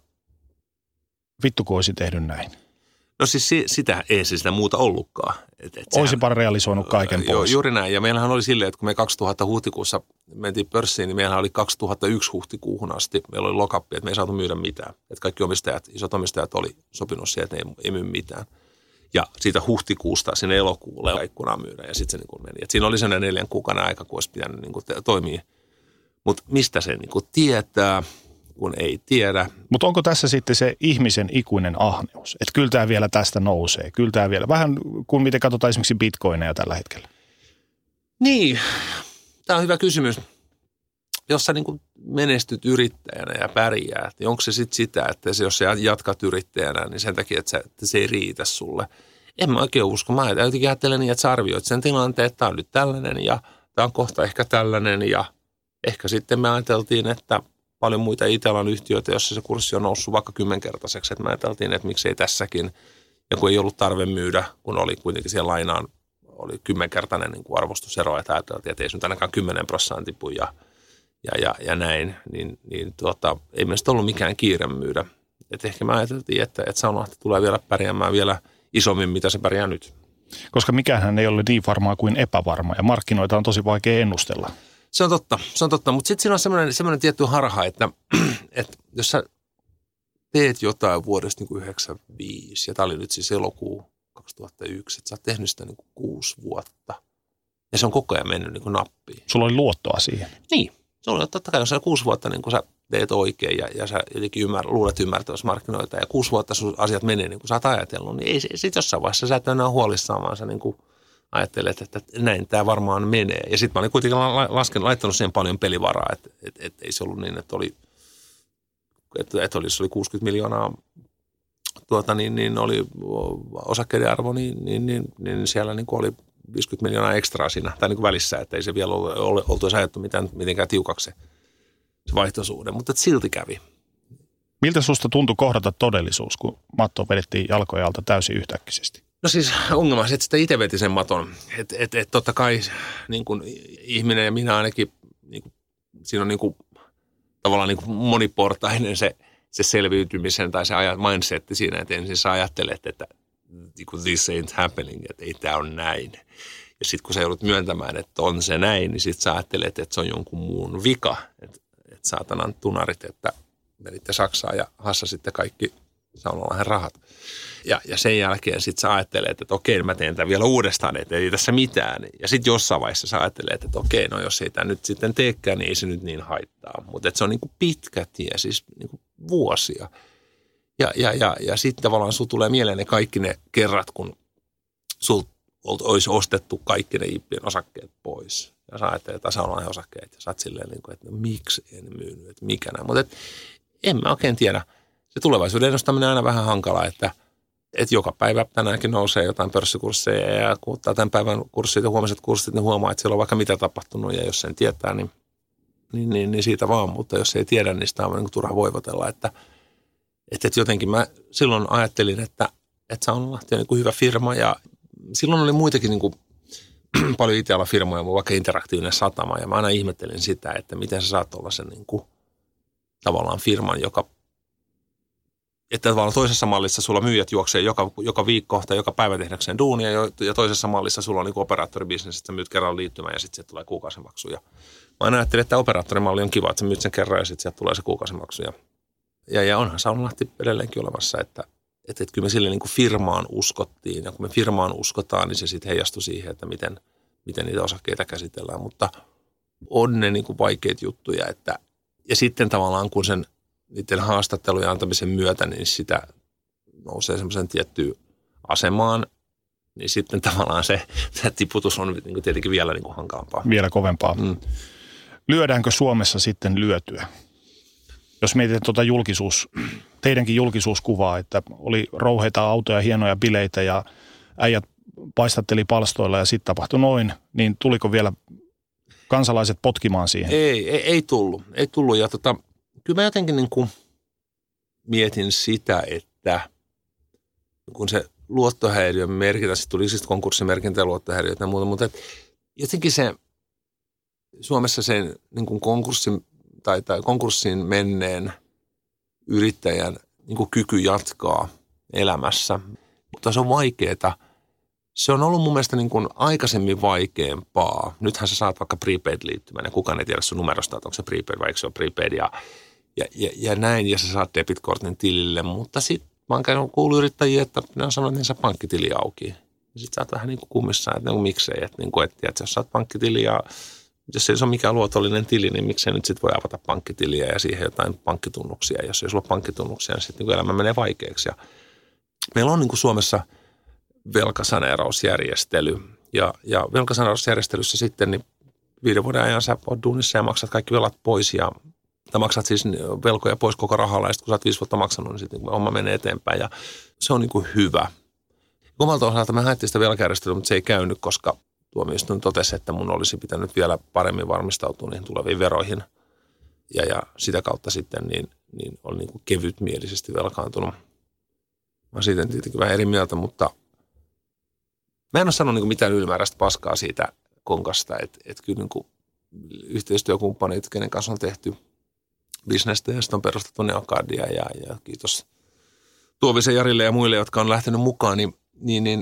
vittu kun olisi tehnyt näin? No siis sitä ei se sitä muuta ollutkaan. Et, et Oisipa realisoinut kaiken pois. Joo, juuri näin. Ja meillähän oli silleen, että kun me kaksituhatta huhtikuussa mentiin pörssiin, niin meillähän oli kaksituhattayksi huhtikuuhun asti. Meillä oli lokappi, että me ei saatu myydä mitään. Että kaikki omistajat, isot omistajat oli sopinut siihen, että ei, ei myy mitään. Ja siitä huhtikuusta sinne elokuulle ikkunaan myydä ja sitten se niin kuin meni. Et siinä oli sellainen neljän kuukauden aika, kun olisi pitänyt niin kuin toimia. Mutta mistä se niin kuin tietää, kun ei tiedä. Mutta onko tässä sitten se ihmisen ikuinen ahneus? Että kyllä tämä vielä tästä nousee. Kyllä tämä vielä. Vähän kuin miten katsotaan esimerkiksi bitcoineja tällä hetkellä. Niin, tämä on hyvä kysymys. Jos sä niin kuin menestyt yrittäjänä ja pärjää, niin onko se sitten sitä, että jos sä jatkat yrittäjänä, niin sen takia, että, sä, että se ei riitä sulle. En mä oikein usko. Mä jotenkin ajattelen niin, että sä arvioit sen tilanteen, että tämä on nyt tällainen ja tämä on kohta ehkä tällainen. Ja ehkä sitten me ajateltiin, että paljon muita Itellan yhtiöitä, jossa se kurssi on noussut vaikka kymmenkertaiseksi. Että me ajateltiin, että miksei tässäkin. Ja kun ei ollut tarve myydä, kun oli kuitenkin siellä lainaan, oli kymmenkertainen niin kuin arvostusero, että ajateltiin, että ei se nyt ainakaan kymmenen prosenttia tipu ja Ja, ja, ja näin, niin, niin tuota, ei meistä ollut mikään kiire myydä. Et ehkä me ajateltiin, että, että Saunalahti tulee vielä pärjäämään vielä isommin, mitä se pärjää nyt. Koska mikäänhän ei ole niin varmaa kuin epävarma, ja markkinoita on tosi vaikea ennustella. Se on totta, se on totta. Mutta sitten siinä on semmoinen, semmoinen tietty harha, että, että jos sä teet jotain vuodesta niin kuin yhdeksänkymmentäviisi, ja tämä oli nyt siis elokuu kaksituhattayksi, että sä oot tehnyt sitä niin kuin kuusi vuotta, ja se on koko ajan mennyt niin kuin nappiin. Sulla oli luottoa siihen. Niin. Se on totta kai, jos sä kuusi vuotta niin kun sä teet oikein ja, ja sä jotenkin ymmär, luulet ymmärtävässä markkinoita ja kuusi vuotta sun asiat menee niin kuin sä oot ajatellut, niin ei sitten jossain vaiheessa sä et enää huolissaan, vaan sä niin kuin ajattelet, että näin tämä varmaan menee. Ja sitten mä olin kuitenkin lasken, laittanut siihen paljon pelivaraa, että et, et, ei se ollut niin, että oli, että et oli, se oli kuusikymmentä miljoonaa tuota, niin, niin oli osakkeiden arvo, niin, niin, niin, niin siellä niin kuin oli viisikymmentä miljoonaa ekstraa siinä, tai niin kuin välissä, että ei se vielä ole, ole oltu edes ajattu mitään, mitenkään tiukaksi se, se vaihtosuhde, mutta silti kävi. Miltä susta tuntui kohdata todellisuus, kun matto vedettiin jalkojen alta täysin yhtäkkisesti? No siis ongelma se, että sitä itse veti sen maton. Että et, et totta kai niin kuin ihminen ja minä ainakin, niin kuin, siinä on niin kuin, tavallaan niin kuin moniportainen se, se selviytymisen tai se mindsetti siinä, että ensin sä ajattelet, että this ain't happening, että ei tämä ole näin. Ja sitten kun sä joudut myöntämään, että on se näin, niin sitten sä ajattelet, että se on jonkun muun vika. Että et saatanan tunarit, että menitte Saksaan ja hassasitte kaikki Saunalahden rahat. Ja, ja sen jälkeen sitten sä ajattelet, että okei, mä teen tämän vielä uudestaan, että ei tässä mitään. Ja sitten jossain vaiheessa sä ajattelet, että okei, no jos ei tämä nyt sitten teekään, niin ei se nyt niin haittaa. Mutta se on niinku pitkä tie, siis niinku vuosia. Ja, ja, ja, ja sitten tavallaan sinulla tulee mieleen ne kaikki ne kerrat, kun sinulla olisi ostettu kaikki ne Ippien osakkeet pois. Ja sä ajattelet, että Saunalahden osakkeet. Ja sä oot silleen, että no, miksi en myynyt, että mikä näin. Mutta en mä oikein tiedä. Se tulevaisuuden ennustaminen on aina vähän hankalaa, että, että joka päivä tänäänkin nousee jotain pörssikursseja. Ja kun ottaa tämän päivän kurssit ja huomiset kurssit, niin huomaa, että siellä on vaikka mitä tapahtunut. Ja jos sen tietää, niin, niin, niin, niin siitä vaan. Mutta jos ei tiedä, niin sitä on niin kuin turha voivotella, että Että jotenkin mä silloin ajattelin, että, että Saunalahti on niin kuin hyvä firma ja silloin oli muitakin niin kuin paljon Itellan firmoja, vaikka Interaktiivinen Satama ja mä aina ihmettelin sitä, että miten sä saat olla sen niin kuin, tavallaan firman, joka, että tavallaan toisessa mallissa sulla myyjät juoksee joka, joka viikko tai joka päivä tehdäkseen duunia ja toisessa mallissa sulla on niin kuin operaattoribisnes, että sä myyt kerran liittymään ja sitten sieltä tulee kuukausimaksu. Ja mä aina ajattelin, että operaattorimalli on kiva, että sä myyt sen kerran ja sitten sieltä tulee se kuukausimaksu ja Ja, ja onhan Saunalahti edelleenkin olemassa, että, että, että kyllä me sille niin kuin firmaan uskottiin. Ja kun me firmaan uskotaan, niin se sitten heijastui siihen, että miten, miten niitä osakkeita käsitellään. Mutta on ne niin kuin vaikeita juttuja. Että, ja sitten tavallaan kun sen niiden haastattelujen antamisen myötä, niin sitä nousee semmoisen tiettyyn asemaan. Niin sitten tavallaan se, se tiputus on niin kuin tietenkin vielä niin kuin hankalampaa. Vielä kovempaa. Mm. Lyödäänkö Suomessa sitten lyötyä? Jos mietitään tuota julkisuus, teidänkin julkisuuskuvaa, että oli rouheita autoja, hienoja bileitä ja äijät paistatteli palstoilla ja sitten tapahtui noin, niin tuliko vielä kansalaiset potkimaan siihen? Ei, ei, ei tullut. Ei tullut ja tota, kyllä mä jotenkin niin kuin mietin sitä, että kun se luottohäiriön merkintä, sitten tuli siis konkurssimerkintä ja luottohäiriöitä ja muuta, mutta et jotenkin se Suomessa sen niin kuin konkurssin Tai, tai konkurssiin menneen yrittäjän niin kuin kyky jatkaa elämässä. Mutta se on vaikeaa. Se on ollut mun mielestä niin kuin aikaisemmin vaikeampaa. Nythän sä saat vaikka prepaid-liittymän ja kukaan ei tiedä sun numerosta, että onko se prepaid vai eikö se ole prepaid ja, ja, ja, ja näin. Ja sä saat debitkortin tilille, mutta sitten Mä oon käynyt kuullut yrittäjiä, että ne on sanonut, että ne saa pankkitili auki. Ja sit sä oot vähän niin kuin kummissaan, että niin miksei. Että, niin kuin, että, että jos sä oot pankkitili ja jos ei se ole mikään luotollinen tili, niin miksei nyt sit voi avata pankkitiliä ja siihen jotain pankkitunnuksia. Jos ei sulla ole pankkitunnuksia, niin sitten niin elämä menee vaikeaksi. Ja meillä on niin kuin Suomessa velkasaneerausjärjestely. Ja, ja velkasaneerausjärjestelyssä sitten niin viiden vuoden ajan sä oot duunissa ja maksat kaikki velat pois ja tai maksat siis velkoja pois koko rahalla ja sitten kun sä oot viisi vuotta maksanut, niin sitten niin homma menee eteenpäin ja se on niin kuin hyvä. Omalta osalta me haettiin sitä velkajärjestelyä, mutta se ei käynyt, koska tuomioistuin totesi, että mun olisi pitänyt vielä paremmin varmistautua niihin tuleviin veroihin ja, ja sitä kautta sitten niin, niin on niin kuin kevytmielisesti velkaantunut. Mä siitä en tietenkin vähän eri mieltä, mutta mä en ole sanonut niin kuin mitään ylimääräistä paskaa siitä konkasta, että, että kyllä niin kuin yhteistyökumppanit, kenen kanssa on tehty bisnestä ja sitten on perustettu Neocardia ja, ja kiitos Tuovisen Jarille ja muille, jotka on lähtenyt mukaan, niin, niin, niin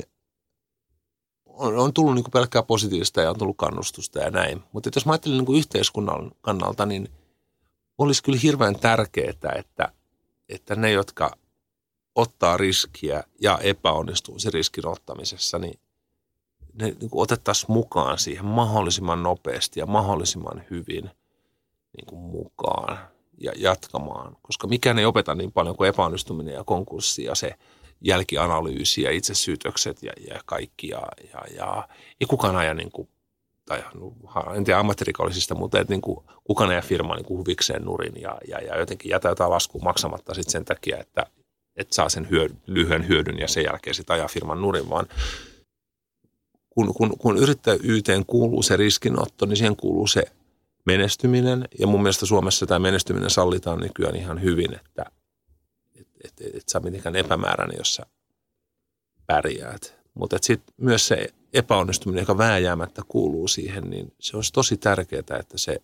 on, on tullut niin kuin pelkkää positiivista ja on tullut kannustusta ja näin. Mutta jos mä ajattelen niin kuin yhteiskunnan kannalta, niin olisi kyllä hirveän tärkeää, että, että ne, jotka ottaa riskiä ja epäonnistuu sen riskin ottamisessa, niin ne niin kuin otettaisiin mukaan siihen mahdollisimman nopeasti ja mahdollisimman hyvin niin kuin mukaan ja jatkamaan. Koska mikään ei opeta niin paljon kuin epäonnistuminen ja konkurssi ja se jälkianalyysi ja itsesyytökset ja, ja kaikki. Ja, ja, ja ei kukaan aja, niin kuin, tai en tiedä ammattirikollisista, mutta et, niin kuin, kukaan aja firma niin kuin huvikseen nurin ja, ja, ja jotenkin jätä jotain laskua maksamatta sit sen takia, että, että saa sen hyö, lyhyen hyödyn ja sen jälkeen sitten ajaa firman nurin, vaan Kun, kun, kun yrittäjyyteen kuuluu se riskinotto, niin siihen kuuluu se menestyminen. Ja mun mielestä Suomessa tämä menestyminen sallitaan nykyään ihan hyvin, että et, et, et, et sä mitenkään epämääräinen, jos sä pärjäät. Mutta sitten myös se epäonnistuminen, joka vääjäämättä kuuluu siihen, niin se olisi tosi tärkeää, että se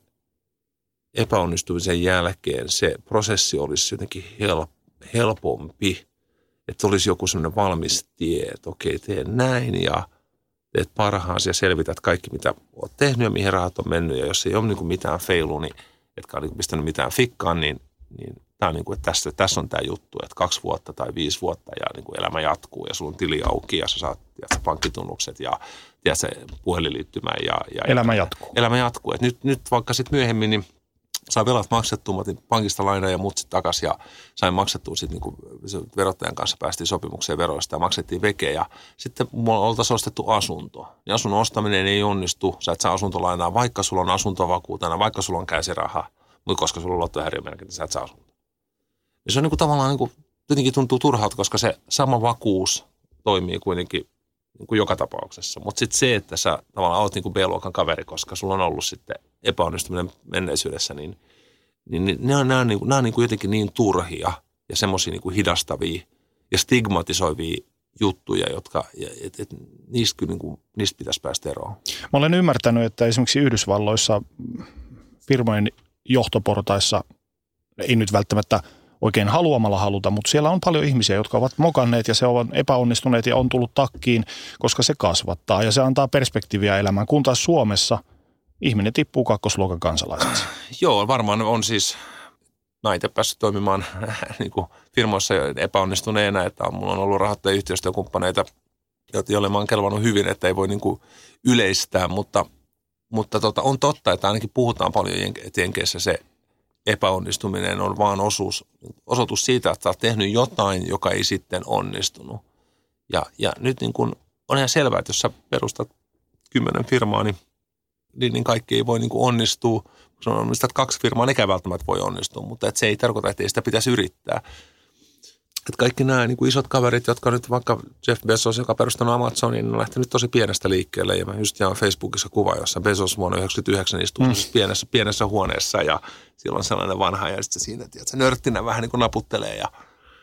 epäonnistumisen jälkeen se prosessi olisi jotenkin help, helpompi. Että olisi joku sellainen valmis tie, että okei, teen näin ja teet parhaasi ja selvität kaikki, mitä olet tehnyt ja mihin rahat on mennyt. Ja jos ei ole niin kuin mitään feilua, niin etkä ole niin pistänyt mitään fikkaan, niin, niin tämä on niin kuin, että tässä, tässä on tämä juttu, että kaksi vuotta tai viisi vuotta ja niin kuin elämä jatkuu ja sulla on tili auki ja sä saat tiedätkö, pankkitunnukset ja tiedätkö, puhelinliittymä. Ja, ja elämä jatkuu. Elämä jatkuu. Et nyt, nyt vaikka sitten myöhemmin, niin sain velat maksettua, mä otin pankista lainaa ja mut sitten takaisin ja sain maksettua sitten niin verottajan kanssa päästiin sopimukseen veroista ja maksettiin veke ja sitten mulla oltaisiin ostettu asunto. Ja asunnon ostaminen ei onnistu, sä et saa asuntolainaa, vaikka sulla on asuntovakuutena, vaikka sulla on käsiraha, mutta koska sulla on lottohäiriömerkintä, sä et saa asuntoa. Ja se on niin kuin tavallaan, niin kuin, tietenkin tuntuu turhalta, koska se sama vakuus toimii kuitenkin niin kuin joka tapauksessa. Mutta sitten se, että sä tavallaan oot niin kuin B-luokan kaveri, koska sulla on ollut sitten epäonnistuminen menneisyydessä, niin, niin, niin ne on, nämä on, niin kuin, nämä on niin kuin jotenkin niin turhia ja semmoisia niin kuin hidastavia ja stigmatisoivia juttuja, jotka, et, et, niistä, kyllä, niin kuin, niistä pitäisi päästä eroon. Mä olen ymmärtänyt, että esimerkiksi Yhdysvalloissa firmojen johtoportaissa ei nyt välttämättä oikein haluamalla haluta, mutta siellä on paljon ihmisiä, jotka ovat mokanneet ja se on epäonnistuneet ja on tullut takkiin, koska se kasvattaa ja se antaa perspektiiviä elämään, kun taas Suomessa ihminen tippuu kakkosluokan kansalaiseksi. Joo, varmaan on siis, mä itse päässyt toimimaan niin kuin firmoissa epäonnistuneena, että mulla on ollut rahoittajia yhteistyökumppaneita, joille mä oon kelvannut hyvin, että ei voi niin kuin yleistää, mutta, mutta tota, on totta, että ainakin puhutaan paljon, että Jenkeissä se epäonnistuminen on vaan osuus, osoitus siitä, että olet tehnyt jotain, joka ei sitten onnistunut. Ja, ja nyt niin kuin on ihan selvää, että jos sä perustat kymmenen firmaa, niin, niin kaikki ei voi niin kuin onnistua. Kun omistat kaksi firmaa, ne ei välttämättä voi onnistua, mutta et se ei tarkoita, että ei sitä pitäisi yrittää. Että kaikki nämä niin kuin isot kaverit, jotka nyt vaikka Jeff Bezos, joka perustanut Amazonin, on lähtenyt tosi pienestä liikkeelle. Ja mä just jaan Facebookissa kuva, jossa Bezos vuonna yhdeksänkymmentäyhdeksän istuu mm. pienessä, pienessä huoneessa ja siellä on sellainen vanha ja sitten siinä, että se nörttinä vähän niin kuin naputtelee. Ja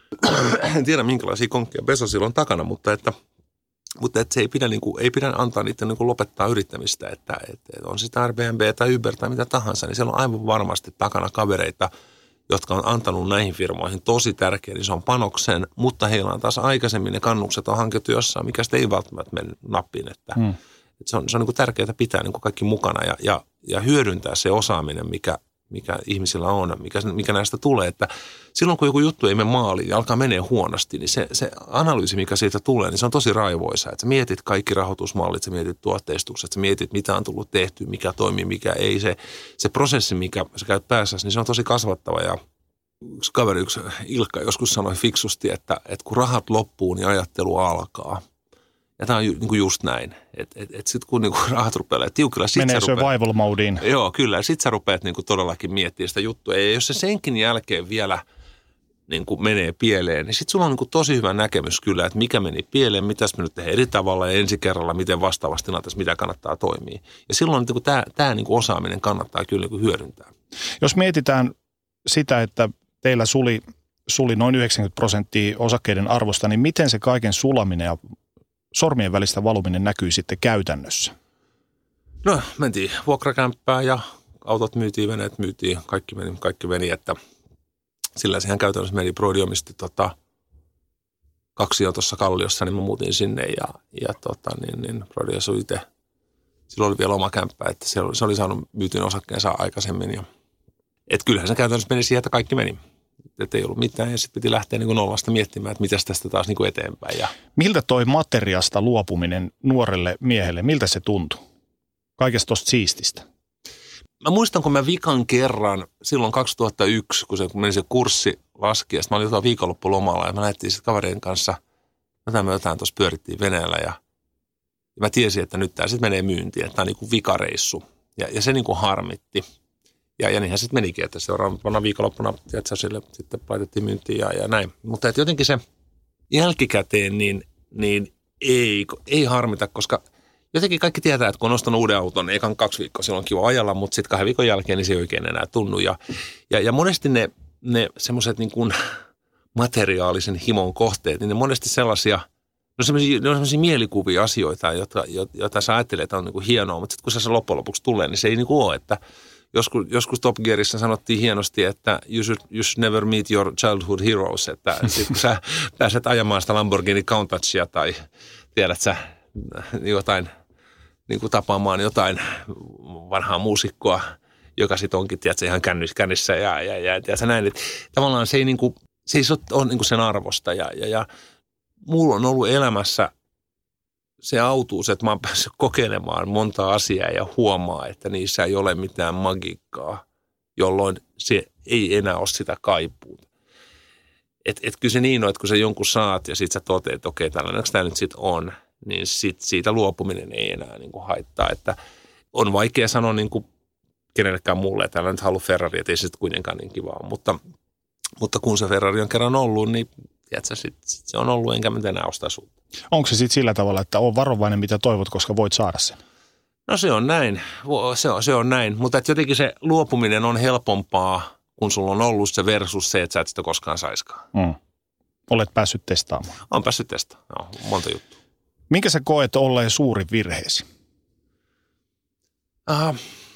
en tiedä, minkälaisia konkkeja Bezosilla on takana, mutta että, mutta että se ei pidä, niin kuin, ei pidä antaa niiden niin kuin lopettaa yrittämistä. Että, että on sitä Airbnb tai Uber tai mitä tahansa, niin siellä on aivan varmasti takana kavereita, jotka on antanut näihin firmoihin tosi tärkeän ison panoksen, mutta heillä on taas aikaisemmin ne kannukset on hankittu jossain, mikä sitten ei välttämättä mene nappiin. Että, hmm. että se on, se on niin kuin tärkeää pitää niin kuin kaikki mukana ja, ja, ja hyödyntää se osaaminen, mikä, mikä ihmisillä on, mikä, mikä näistä tulee. Että silloin kun joku juttu ei mene maaliin ja alkaa menee huonosti, niin se, se analyysi, mikä siitä tulee, niin se on tosi raivoisa. Että sä mietit kaikki rahoitusmallit, sä mietit tuotteistukset, sä mietit mitä on tullut tehty, mikä toimii, mikä ei. Se, se prosessi, mikä sä käyt päässäsi, niin se on tosi kasvattava. Ja yksi kaveri, yksi Ilkka joskus sanoi fiksusti, että, että kun rahat loppuu, niin ajattelu alkaa. Ja tämä on ju, niin kuin just näin, että et, et sitten kun niin kuin rahat rupeaa tiukilla, sit menee sä se rupeat, survival modeen. Joo, kyllä. Ja sitten sä rupeat niin kuin todellakin miettimään sitä juttua. Ja jos se senkin jälkeen vielä niin kuin menee pieleen, niin sitten sulla on niin kuin tosi hyvä näkemys kyllä, että mikä meni pieleen, mitäs me nyt tehdään eri tavalla ja ensi kerralla, miten vastaavassa tilanteessa, mitä kannattaa toimia. Ja silloin niin kuin tämä, tämä niin kuin osaaminen kannattaa kyllä niin kuin hyödyntää. Jos mietitään sitä, että teillä suli, suli noin yhdeksänkymmentä prosenttia osakkeiden arvosta, niin miten se kaiken sulaminen ja sormien välistä valuminen näkyy sitten käytännössä? No, mentiin vuokrakämppään ja autot myytiin, veneet myytiin, kaikki meni, kaikki meni, että sillä sehän käytännössä meni. Brody omisti tota, kaksi jo tuossa Kalliossa, niin mä muutin sinne ja, ja tota, niin, niin Brody asui itse. Silloin oli vielä oma kämppä, että se oli, se oli saanut myytyyn osakkeensa aikaisemmin. Ja, et kyllähän se käytännössä meni siihen, että kaikki meni. Että ei ollut mitään ja sitten piti lähteä niin kuin nollasta miettimään, että mitäs tästä taas niin kuin eteenpäin. Ja miltä toi materiasta luopuminen nuorelle miehelle, miltä se tuntui? Kaikesta tosta siististä. Mä muistan, kun mä vikan kerran silloin kaksituhattayksi, kun, se, kun meni se kurssi laski, ja sitten mä olin jotain viikonloppulomalla, ja mä lähdettiin sitten kavereiden kanssa, jotain me jotain tuossa pyörittiin veneellä, ja, ja mä tiesin, että nyt tää sitten menee myyntiin, että tää on niin kuin vikareissu. Ja, ja se niin kuin harmitti. Ja, ja niinhän sitten menikin, että seuraavana viikonloppuna tiedätkö, sille sitten laitettiin myyntiin ja, ja näin. Mutta että jotenkin se jälkikäteen niin, niin ei, ei harmita, koska jotenkin kaikki tietää, että kun on ostanut uuden auton, niin ekan kaksi viikkoa silloin on kiva ajalla, mutta sitten kahden viikon jälkeen niin se ei oikein enää tunnu. Ja, ja, ja monesti ne, ne semmoiset niin kuin materiaalisen himon kohteet, niin ne monesti sellaisia, no semmoisia, ne on semmoisia mielikuvia asioita, joita, joita sä ajattelet, että on niin kuin hienoa, mutta sitten kun se loppujen lopuksi tulee, niin se ei niin kuin ole, että Joskus, joskus Top Gearissa sanottiin hienosti, että you should, you should never meet your childhood heroes, että sit kun sä pääset ajamaan sitä Lamborghini Countacia tai tiedät sä jotain, niin kuin tapaamaan jotain vanhaa muusikkoa, joka sitten onkin tiedätkö, ihan kännissä ja, ja, ja tiedätkö, näin, että tavallaan se ei, niin kuin, se ei ole niin kuin sen arvosta ja, ja, ja mulla on ollut elämässä se autuus, että mä oon päässyt kokeilemaan monta asiaa ja huomaa, että niissä ei ole mitään magiikkaa, jolloin se ei enää ole sitä kaipuuta. Että et kyllä se niin on, että kun sä jonkun saat ja sit sä toteat, että okei, tällainen tämä nyt sitten on, niin sit siitä luopuminen ei enää niin kuin haittaa. Että on vaikea sanoa niin kuin kenellekään mulle, että älä nyt halua Ferrari, että ei se sitten kuitenkaan niin kivaa. Mutta, mutta kun se Ferrari on kerran ollut, niin tiedätkö, sit, sit se on ollut, enkä mä enää ostaa sulta. Onko se sitten sillä tavalla, että on varovainen, mitä toivot, koska voit saada sen? No se on näin, se on, se on näin, mutta että jotenkin se luopuminen on helpompaa, kun sulla on ollut se versus se, että sä et sitä koskaan saiskaan. Mm. Olet päässyt testaamaan. Olen päässyt testaamaan, joo, monta juttua. Minkä sä koet olleen suuri virheesi? Uh,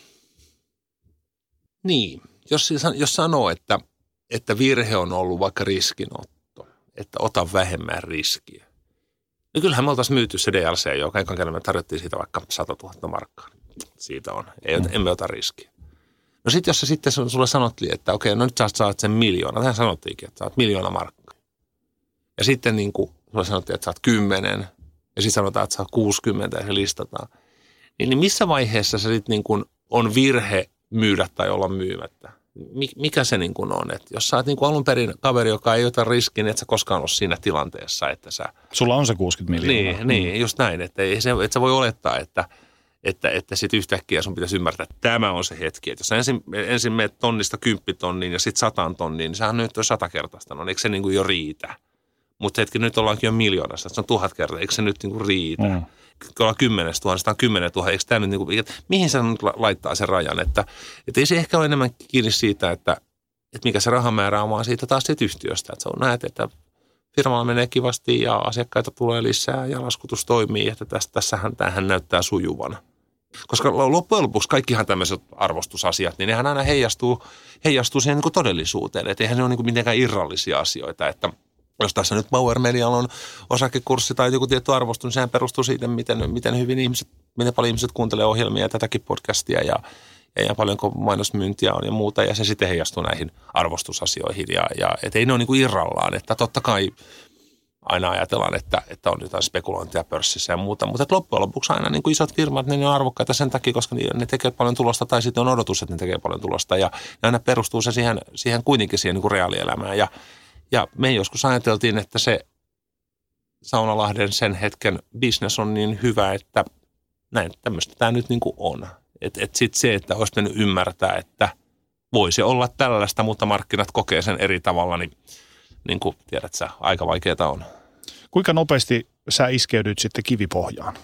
niin, jos, jos sanoo, että, että virhe on ollut vaikka riskinotto, että ota vähemmän riskiä. No kyllähän me oltaisiin myyty se D L C, joka ekan kerran me tarjottiin siitä vaikka sata tuhatta markkaa. Siitä on, ei, mm. emme ota riskiä. No sitten jos se sitten sulle sanottiin, että okei, no nyt sä saat sen miljoona. Tähän sanottiinkin, että saat miljoona markkaa. Ja sitten niin kuin sulle sanottiin, että saat kymmenen. Ja sitten sanotaan, että saat kuusikymmentä ja se listataan. Niin, niin missä vaiheessa se sitten niin kuin on virhe myydä tai olla myymättä? Mikä se niin kuin on? Että jos sä oot niin kuin alun perin kaveri, joka ei ota riskiä, niin et sä koskaan ole siinä tilanteessa, että sä... Sulla on se kuusikymmentä miljoonaa. Niin, niin just näin. Että, ei se, että sä voi olettaa, että, että, että sitten yhtäkkiä sun pitäisi ymmärtää, että tämä on se hetki. Että jos sä ensin, ensin menet tonnista kymppitonniin ja sitten sataan tonniin, niin sehän nyt on satakertaista. No eikö se niin kuin jo riitä? Mutta hetki nyt ollaankin jo miljoonassa, että se on tuhat kertaa. Eikö se nyt niin kuin riitä? Mm. Kun ollaan kymmenes tuhansista, on kymmenen tuhatta. Eikö tämä nyt niin kuin, mihin se nyt laittaa sen rajan? Että, että ei se ehkä ole enemmän kiinni siitä, että, että mikä se rahamäärä on, vaan siitä taas siitä yhtiöstä. Että sä näet, että firmalla menee kivasti ja asiakkaita tulee lisää ja laskutus toimii, että tästä, tässähän tämähän näyttää sujuvana. Koska loppujen lopuksi kaikkihan tämmöiset arvostusasiat, niin nehän aina heijastuu, heijastuu siihen niin kuin todellisuuteen. Että eihän ne ole niin kuin mitenkään irrallisia asioita, että jos tässä nyt Bauer Medialla on osakekurssi tai joku tietty arvostus, niin sehän perustuu siitä, miten, miten hyvin ihmiset, miten paljon ihmiset kuuntelee ohjelmia ja tätäkin podcastia ja, ja paljonko mainosmyyntiä on ja muuta, ja se sitten heijastuu näihin arvostusasioihin, ja, ja et ei ne ole niin kuin irrallaan, että totta kai aina ajatellaan, että, että on jotain spekulointia pörssissä ja muuta, mutta loppujen lopuksi aina niin kuin isot firmat, ne on arvokkaita sen takia, koska ne tekevät paljon tulosta, tai sitten on odotus, että ne tekee paljon tulosta, ja ne aina perustuu se siihen, siihen kuitenkin siihen niin kuin reaalielämään, ja, ja me joskus ajateltiin, että se Saunalahden sen hetken business on niin hyvä, että näin tämmöistä tämä nyt niin kuin on. Että et sitten se, että olisi mennyt ymmärtää, että voisi olla tällaista, mutta markkinat kokee sen eri tavalla, niin niin kuin tiedät sä, aika vaikeaa on. Kuinka nopeasti sä iskeydyit sitten kivipohjaan?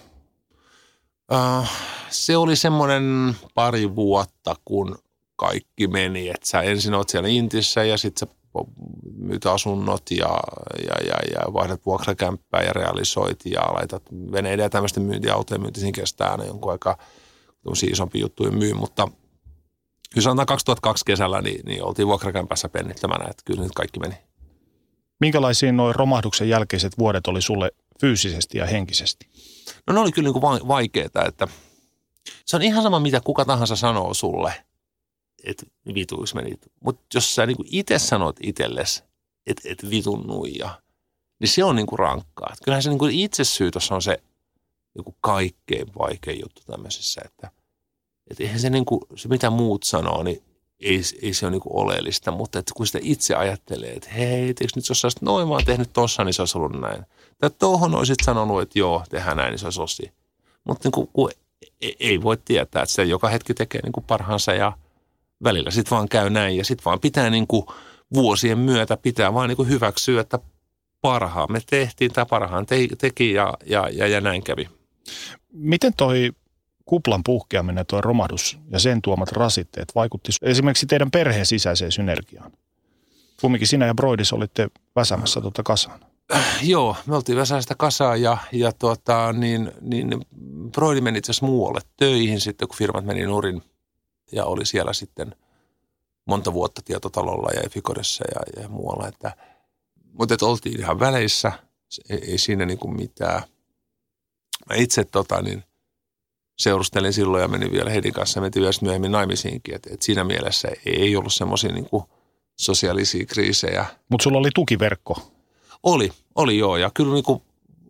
Uh, se oli semmoinen pari vuotta, kun kaikki meni. Että sä ensin oot siellä Intissä ja sitten sä myyt asunnot ja, ja, ja, ja vaihdat vuokrakämppää ja realisoit ja laitat veneiden ja tämmöisten myyntiautoja. Myynti siinä kestää aina jonkun aikaa tämmöisiä isompia juttuja myy, mutta kyllä sanotaan kaksituhattakaksi kesällä, niin, niin oltiin vuokrakämpässä pennittämänä, että kyllä nyt kaikki meni. Minkälaisia nuo romahduksen jälkeiset vuodet oli sulle fyysisesti ja henkisesti? No ne oli kyllä niin kuin vaikeeta, että se on ihan sama, mitä kuka tahansa sanoo sulle, että vituiksi menit. Mutta jos sä niin kuin itse sanot itsellesi, että et vitun nuija, niin se on niin kuin rankkaa. Että kyllähän se niin kuin itsesyytös on se niin kuin kaikkein vaikein juttu tämmöisessä, että et eihän se, niin kuin, se mitä muut sanoo, niin Ei, ei se ole niin kuin oleellista, mutta että kun sitä itse ajattelee, että hei, eikö nyt jos olisit noin vaan tehnyt tossa, niin se olisi ollut näin. Tai tuohon olisit sanonut, että joo, tehdään näin, niin se olisi osi. Mutta niin kuin, kun ei, ei voi tietää, että sitä joka hetki tekee niin kuin parhaansa ja välillä sitten vaan käy näin. Ja sitten vaan pitää niin kuin vuosien myötä pitää vaan niin kuin hyväksyä, että parhaan me tehtiin tai parhaan te, teki ja, ja, ja, ja näin kävi. Miten toi kuplan puhkeaminen, tuo romahdus ja sen tuomat rasitteet vaikutti esimerkiksi teidän perheen sisäiseen synergiaan? Kumminkin sinä ja Broidis olitte väsämässä tuota kasaan. Äh, joo, me oltiin väsää sitä kasaa ja, ja tuota, niin, niin Broidi meni itse asiassa muualle töihin sitten, kun firmat meni nurin ja oli siellä sitten monta vuotta Tietotalolla ja Efikodessa ja, ja muualla. Että, mutta että oltiin ihan väleissä, ei, ei siinä niin kuin mitään. Mä itse tota niin seurustelin silloin ja menin vielä Hedin kanssa ja mentiin vielä myöhemmin naimisiinkin. Että et siinä mielessä ei ollut semmoisia niinku sosiaalisia kriisejä. Mutta sulla oli tukiverkko? Oli, oli joo. Ja kyllä niinku,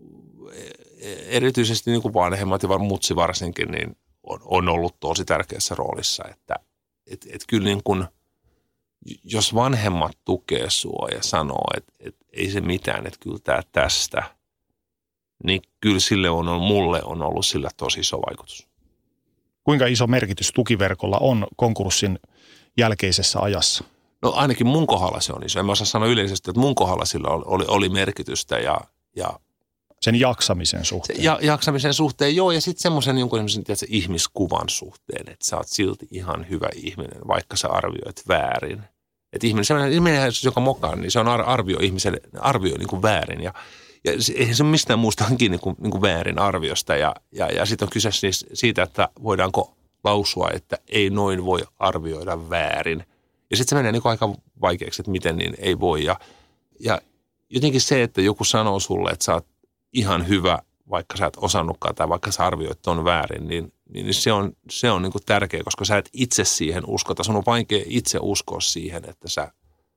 erityisesti niinku vanhemmat ja mutsi varsinkin niin on, on ollut tosi tärkeässä roolissa. Että et, et kyllä niin kun, jos vanhemmat tukee sua ja sanoo, että et ei se mitään, että kyllä tämä tästä – niin kyllä sille on, mulle on ollut sillä tosi iso vaikutus. Kuinka iso merkitys tukiverkolla on konkurssin jälkeisessä ajassa? No ainakin mun kohdalla se on iso. En mä osaa sanoa yleisesti, että mun kohdalla sillä oli, oli merkitystä ja, ja sen jaksamisen suhteen. Ja, jaksamisen suhteen, joo. Ja sitten semmoisen jonkun semmoisen tiedätkö, ihmiskuvan suhteen, että sä oot silti ihan hyvä ihminen, vaikka sä arvioit väärin. Että ihminen, sellainen ihminen, joka mokaa, niin se on arvio ihmiselle, arvioi niin kuin väärin ja Ja eihän se ole mistään muusta kiinni kuin, niin kuin väärin arviosta ja, ja, ja sitten on kyse siis siitä, että voidaanko lausua, että ei noin voi arvioida väärin. Ja sitten se menee niin kuin aika vaikeaksi, että miten niin ei voi. Ja, ja jotenkin se, että joku sanoo sulle, että sä oot ihan hyvä, vaikka sä et osannutkaan tai vaikka sä arvioit, että on väärin, niin, niin se on, se on niin kuin tärkeä, koska sä et itse siihen uskota. Sun on vaikea itse uskoa siihen, että sä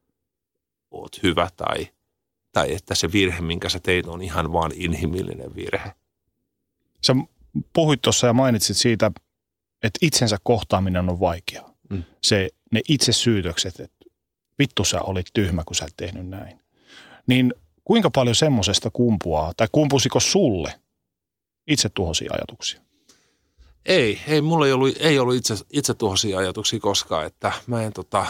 oot hyvä tai tai että se virhe, minkä sä teit, on ihan vaan inhimillinen virhe. Sä puhuit tuossa ja mainitsit siitä, että itsensä kohtaaminen on vaikeaa. Mm. Se, ne itsesyytökset, että vittu sä olit tyhmä, kun sä et tehnyt näin. Niin kuinka paljon semmosesta kumpuaa, tai kumpusiko sulle itsetuhoisia ajatuksia? Ei, ei mulla ei ollut, ei ollut itse, itsetuhoisia ajatuksia koskaan, että mä en, tota,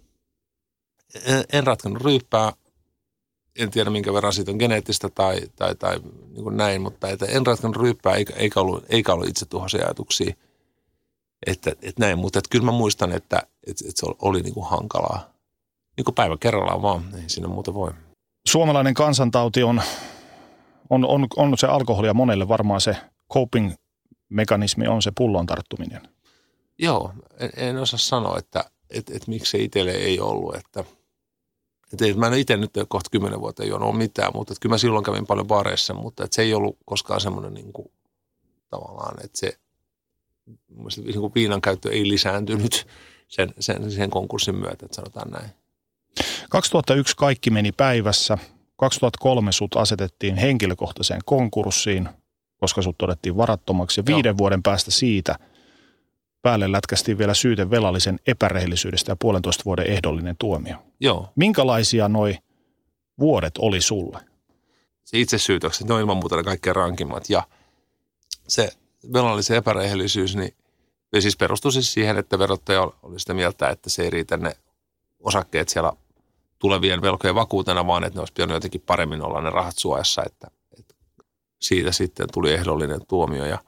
en, en ratkannut ryyppää. En tiedä, minkä verran siitä on geneettistä tai, tai, tai niin kuin näin, mutta että en ratkannut ryyppää eikä, eikä, ollut, eikä ollut itsetuhoisia ajatuksia. Että, että näin, mutta että kyllä mä muistan, että, että, että se oli niin kuin hankalaa. Niin kuin päivä kerrallaan vaan, ei siinä muuta voi. Suomalainen kansantauti on, on, on, on se alkoholi ja monelle varmaan se coping-mekanismi on se pullon tarttuminen. Joo, en, en osaa sanoa, että, että, että miksi se itselle ei ollut, että Että mä en itse nyt kohta kymmenen vuotta ei ole mitään, mutta että kyllä mä silloin kävin paljon bareissa, mutta että se ei ollut koskaan semmoinen niin kuin, tavallaan, että se niin kuin viinan käyttö ei lisääntynyt sen, sen, sen konkurssin myötä, että sanotaan näin. kaksituhattayksi kaikki meni päivässä. kaksituhattakolme sut asetettiin henkilökohtaiseen konkurssiin, koska sut todettiin varattomaksi. Ja viiden Joo. vuoden päästä siitä päälle lätkästiin vielä syyte velallisen epärehellisyydestä ja puolentoista vuoden ehdollinen tuomio. Joo. Minkälaisia noi vuodet oli sulle? Se itsesyytökset, ne on ilman muuta ne kaikkein rankimmat. Ja se velallisen epärehellisyys, niin siis perustui siis siihen, että verottaja oli sitä mieltä, että se ei riitä ne osakkeet siellä tulevien velkojen vakuutena, vaan että ne olisi pitänyt jotenkin paremmin olla ne rahat suojassa, että, että siitä sitten tuli ehdollinen tuomio. Ja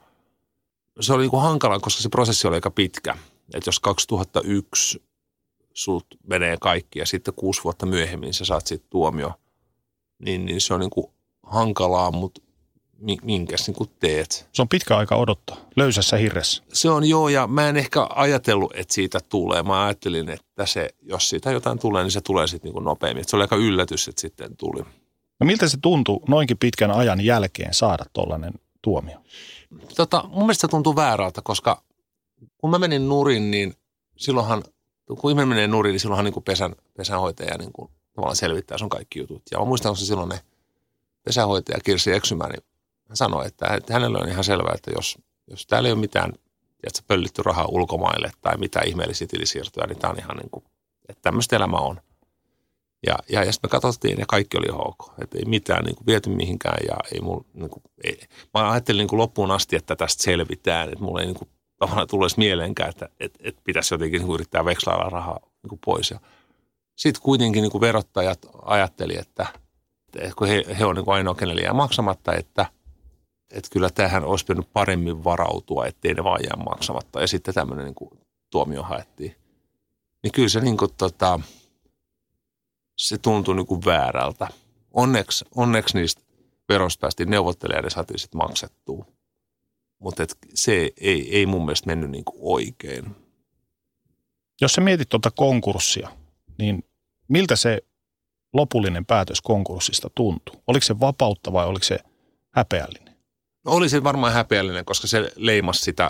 se oli niin kuin hankala, koska se prosessi oli aika pitkä. Että jos kaksituhattayksi sut menee kaikki ja sitten kuusi vuotta myöhemmin sä saat sitten tuomio, niin, niin se on niin kuin hankalaa, mutta minkäs niin kuin teet. Se on pitkä aika odottaa, löysässä hirressä. Se on joo, ja mä en ehkä ajatellut, että siitä tulee. Mä ajattelin, että se, jos siitä jotain tulee, niin se tulee sitten niin kuin nopeammin. Että se oli aika yllätys, että sitten tuli. No miltä se tuntui noinkin pitkän ajan jälkeen saada tollainen tuomio? Tota, mun mielestä se tuntui väärältä, koska kun mä menin nurin, niin silloinhan, kun ihminen menee nurin, niin silloinhan niin kuin pesän, pesänhoitaja niin kuin tavallaan selvittää sun kaikki jutut. Ja mä muistan, kun se silloin ne pesänhoitaja Kirsi Eksymä, niin hän sanoi, että hänellä on ihan selvää, että jos, jos täällä ei ole mitään tiedätkö, pöllitty rahaa ulkomaille tai mitään ihmeellisiä tilisiirtoja, niin tämä on ihan niin kuin, että tämmöistä elämä on. Ja, ja, ja sitten me katsottiin ja kaikki oli ok. Että ei mitään niin kuin viety mihinkään ja ei mulla, niin kuin, ei. Mä ajattelin niin kuin loppuun asti, että tästä selvitään. Että mulla ei niin kuin, tavallaan tulisi mieleenkään, että, että, että pitäisi jotenkin niin kuin yrittää vekslailla rahaa niin kuin pois. Ja sitten kuitenkin niin kuin verottajat ajatteli, että, että kun he, he on niin kuin ainoa, kenelle jää maksamatta, että että kyllä tämähän olisi pitänyt paremmin varautua, ettei ne vaan jää maksamatta. Ja sitten tämmöinen niin kuin tuomio haettiin. Niin kyllä se, niin kuin, tota, se tuntui niin kuin väärältä. Onneksi, onneksi niistä verosta päästiin neuvottelemaan ja ne saatiin sitten maksettua. Mutta se ei, ei mun mielestä mennyt niin kuin oikein. Jos sä mietit tuota konkurssia, niin miltä se lopullinen päätös konkurssista tuntui? Oliko se vapautta vai oliko se häpeällinen? No oli se varmaan häpeällinen, koska se leimasi sitä,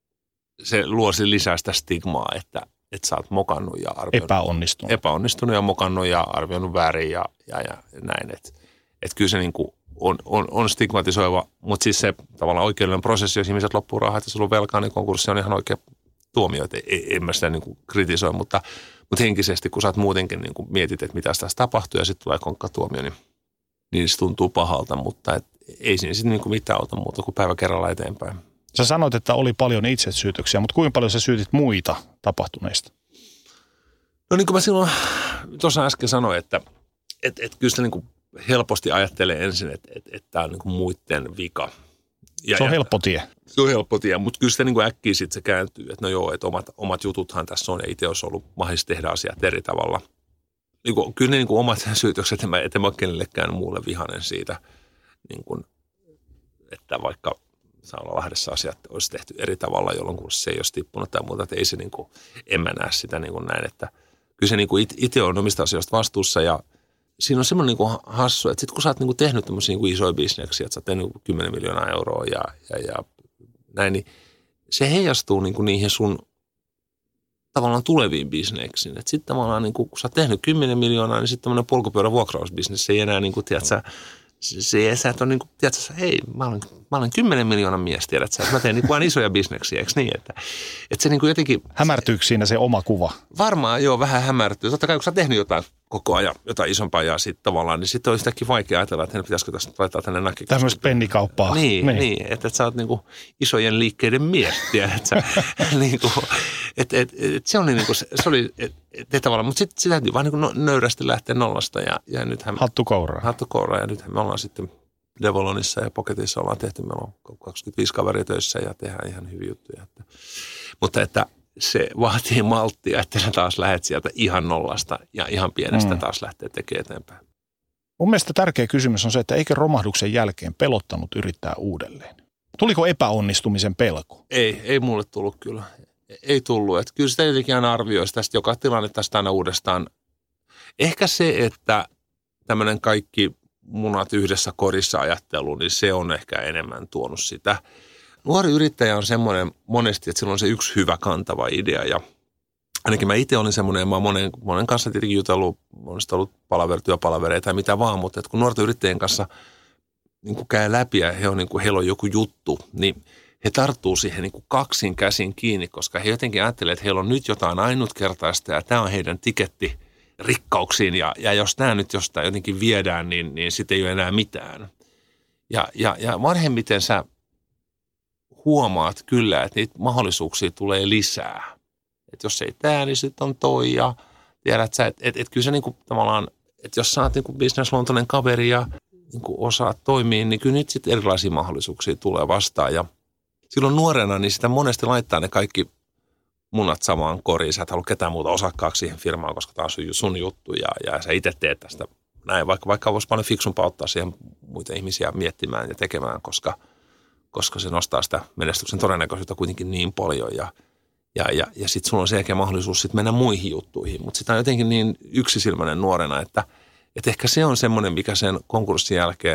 se luosi lisää sitä stigmaa, että, että sä oot mokannut ja arvioinut. Epäonnistunut. Epäonnistunut ja mokannut ja arvioinut väärin ja, ja, ja näin. Että et kyllä se niin kuin on, on, on stigmatisoiva, mutta siis se tavallaan oikeudellinen prosessi, jos ihmiset loppuu rahaa, että sulla on velkaa, niin konkurssi on ihan oikea tuomio. Et ei, en mä sitä niin kuin kritisoi, mutta, mutta henkisesti, kun sä oot muutenkin niin kuin mietit, että mitä tässä tapahtuu ja sitten tulee konkkatuomio, niin, niin se tuntuu pahalta, mutta et, ei siinä sitten niin mitään auta muuta kuin päivä kerralla eteenpäin. Sä sanoit, että oli paljon itsesyytöksiä, mutta kuinka paljon sä syytit muita tapahtuneista? No niin kuin mä silloin tuossa äsken sanoin, että et, et kyllä sitä niin kuin helposti ajattelee ensin, että et, et tämä on niin kuin muiden vika. Ja, se on ja, helppo tie. Se on helppo tie, mutta kyllä sitä niin kuin äkkiä sitten se kääntyy, että no joo, että omat, omat jututhan tässä on ja itse olisi ollut mahdollista tehdä asiat eri tavalla. Niin kuin, kyllä ne niin kuin omat syytökset, että mä en ole kenellekään muulle vihainen siitä, niin kuin, että vaikka Saulalahdessa asiat olisi tehty eri tavalla, jolloin kun se ei olisi tippunut tai muuta, että ei se niin kuin, en mä näe sitä niin kuin näin, että kyllä se niin kuin itse on omista asioista vastuussa ja siinä on semmoinen niin kuin hassu, että sitten kun sä oot niin kuin tehnyt tämmöisiä niin kuin isoja bisneksiä, että sä oot tehnyt kymmenen miljoonaa euroa ja, ja, ja näin, niin se heijastuu niin kuin niihin sun tavallaan tuleviin bisneksiin. Että sitten tavallaan niin kuin, kun sä oot tehnyt kymmenen miljoonaa, niin sitten tämmöinen polkupyörän vuokrausbisnes, se ei enää niin kuin, tiedät sä, se, sä et ole niin kuin, tiedät sä, hei, mä olen, mä olen kymmenen miljoonan mies, tiedät sä, että mä teen niin kuin isoja bisneksiä, eikö niin? Että, että se niin kuin jotenkin... Hämärtyykö siinä se oma kuva? Varmaan joo, vähän hämärtyy. Totta kai kun sä oot tehnyt jotain koko ajan, jotain isompaa ja sitten tavallaan, niin sitten on sitäkin vaikea ajatella, että pitäisikö tästä laittaa tänne nakki. Tämmöistä pennikauppaa. Niin, niin. niin että, että sä oot niin kuin isojen liikkeiden mies, tiedät sä. niin kuin, että, että, että se oli niin kuin, se oli, että, että tavallaan, mutta sitten sit täytyy vaan niin kuin nöyrästi lähteä nollasta ja, ja nythän... Hattu kouraa. Hattu kouraa ja nythän me ollaan sitten Devolonissa ja Pocketissa ollaan tehty, meillä on kaksikymmentäviisi kaveria töissä ja tehdään ihan hyviä juttuja. Että, mutta että se vaatii malttia, että sä taas lähdet sieltä ihan nollasta ja ihan pienestä mm. taas lähtee tekemään eteenpäin. Mun mielestä tärkeä kysymys on se, että eikö romahduksen jälkeen pelottanut yrittää uudelleen? Tuliko epäonnistumisen pelko? Ei, ei mulle tullut kyllä. Ei tullut. Että kyllä sitä jotenkin aina arvioisi tästä joka tilanne tästä aina uudestaan. Ehkä se, että tämmöinen kaikki munat yhdessä korissa ajattelu, niin se on ehkä enemmän tuonut sitä. nuori yrittäjä on semmoinen monesti, että sillä on se yksi hyvä kantava idea ja ainakin mä itse olin semmoinen, ja mä oon monen, monen kanssa tietenkin jutellut, on sitten ollut palaver, työpalavereita tai mitä vaan, mutta että kun nuorten yrittäjien kanssa niin kuin käy läpi ja he on, niin kuin, heillä on joku juttu, niin he tarttuu siihen niin kuin kaksin käsin kiinni, koska he jotenkin ajattelee, että heillä on nyt jotain ainutkertaista ja tämä on heidän tiketti rikkauksiin ja, ja jos tämä nyt jostain jotenkin viedään, niin, niin sitten ei ole enää mitään. Ja, ja, ja vanhemmiten sä huomaat kyllä, että niitä mahdollisuuksia tulee lisää. Että jos ei tämä, niin sitten on toi ja tiedät sä, että et, et kyllä se niinku tavallaan, että jos sä oot niinku businessluontoinen kaveri ja niinku osaat toimia, niin kyllä nyt sitten erilaisia mahdollisuuksia tulee vastaan. Ja silloin nuorena, niin sitä monesti laittaa ne kaikki munat samaan koriin. Sä et halua ketään muuta osakkaaksi siihen firmaan, koska tämä on sun juttu ja, ja sä itse teet tästä näin. Vaikka, vaikka olisi paljon fiksumpaa ottaa siihen muita ihmisiä miettimään ja tekemään, koska, koska se nostaa sitä menestyksen todennäköisyyttä kuitenkin niin paljon ja Ja, ja, ja sitten sulla on selkeä mahdollisuus sit mennä muihin juttuihin. Mutta sitä on jotenkin niin yksisilmäinen nuorena, että, että ehkä se on semmoinen, mikä sen konkurssin jälkeen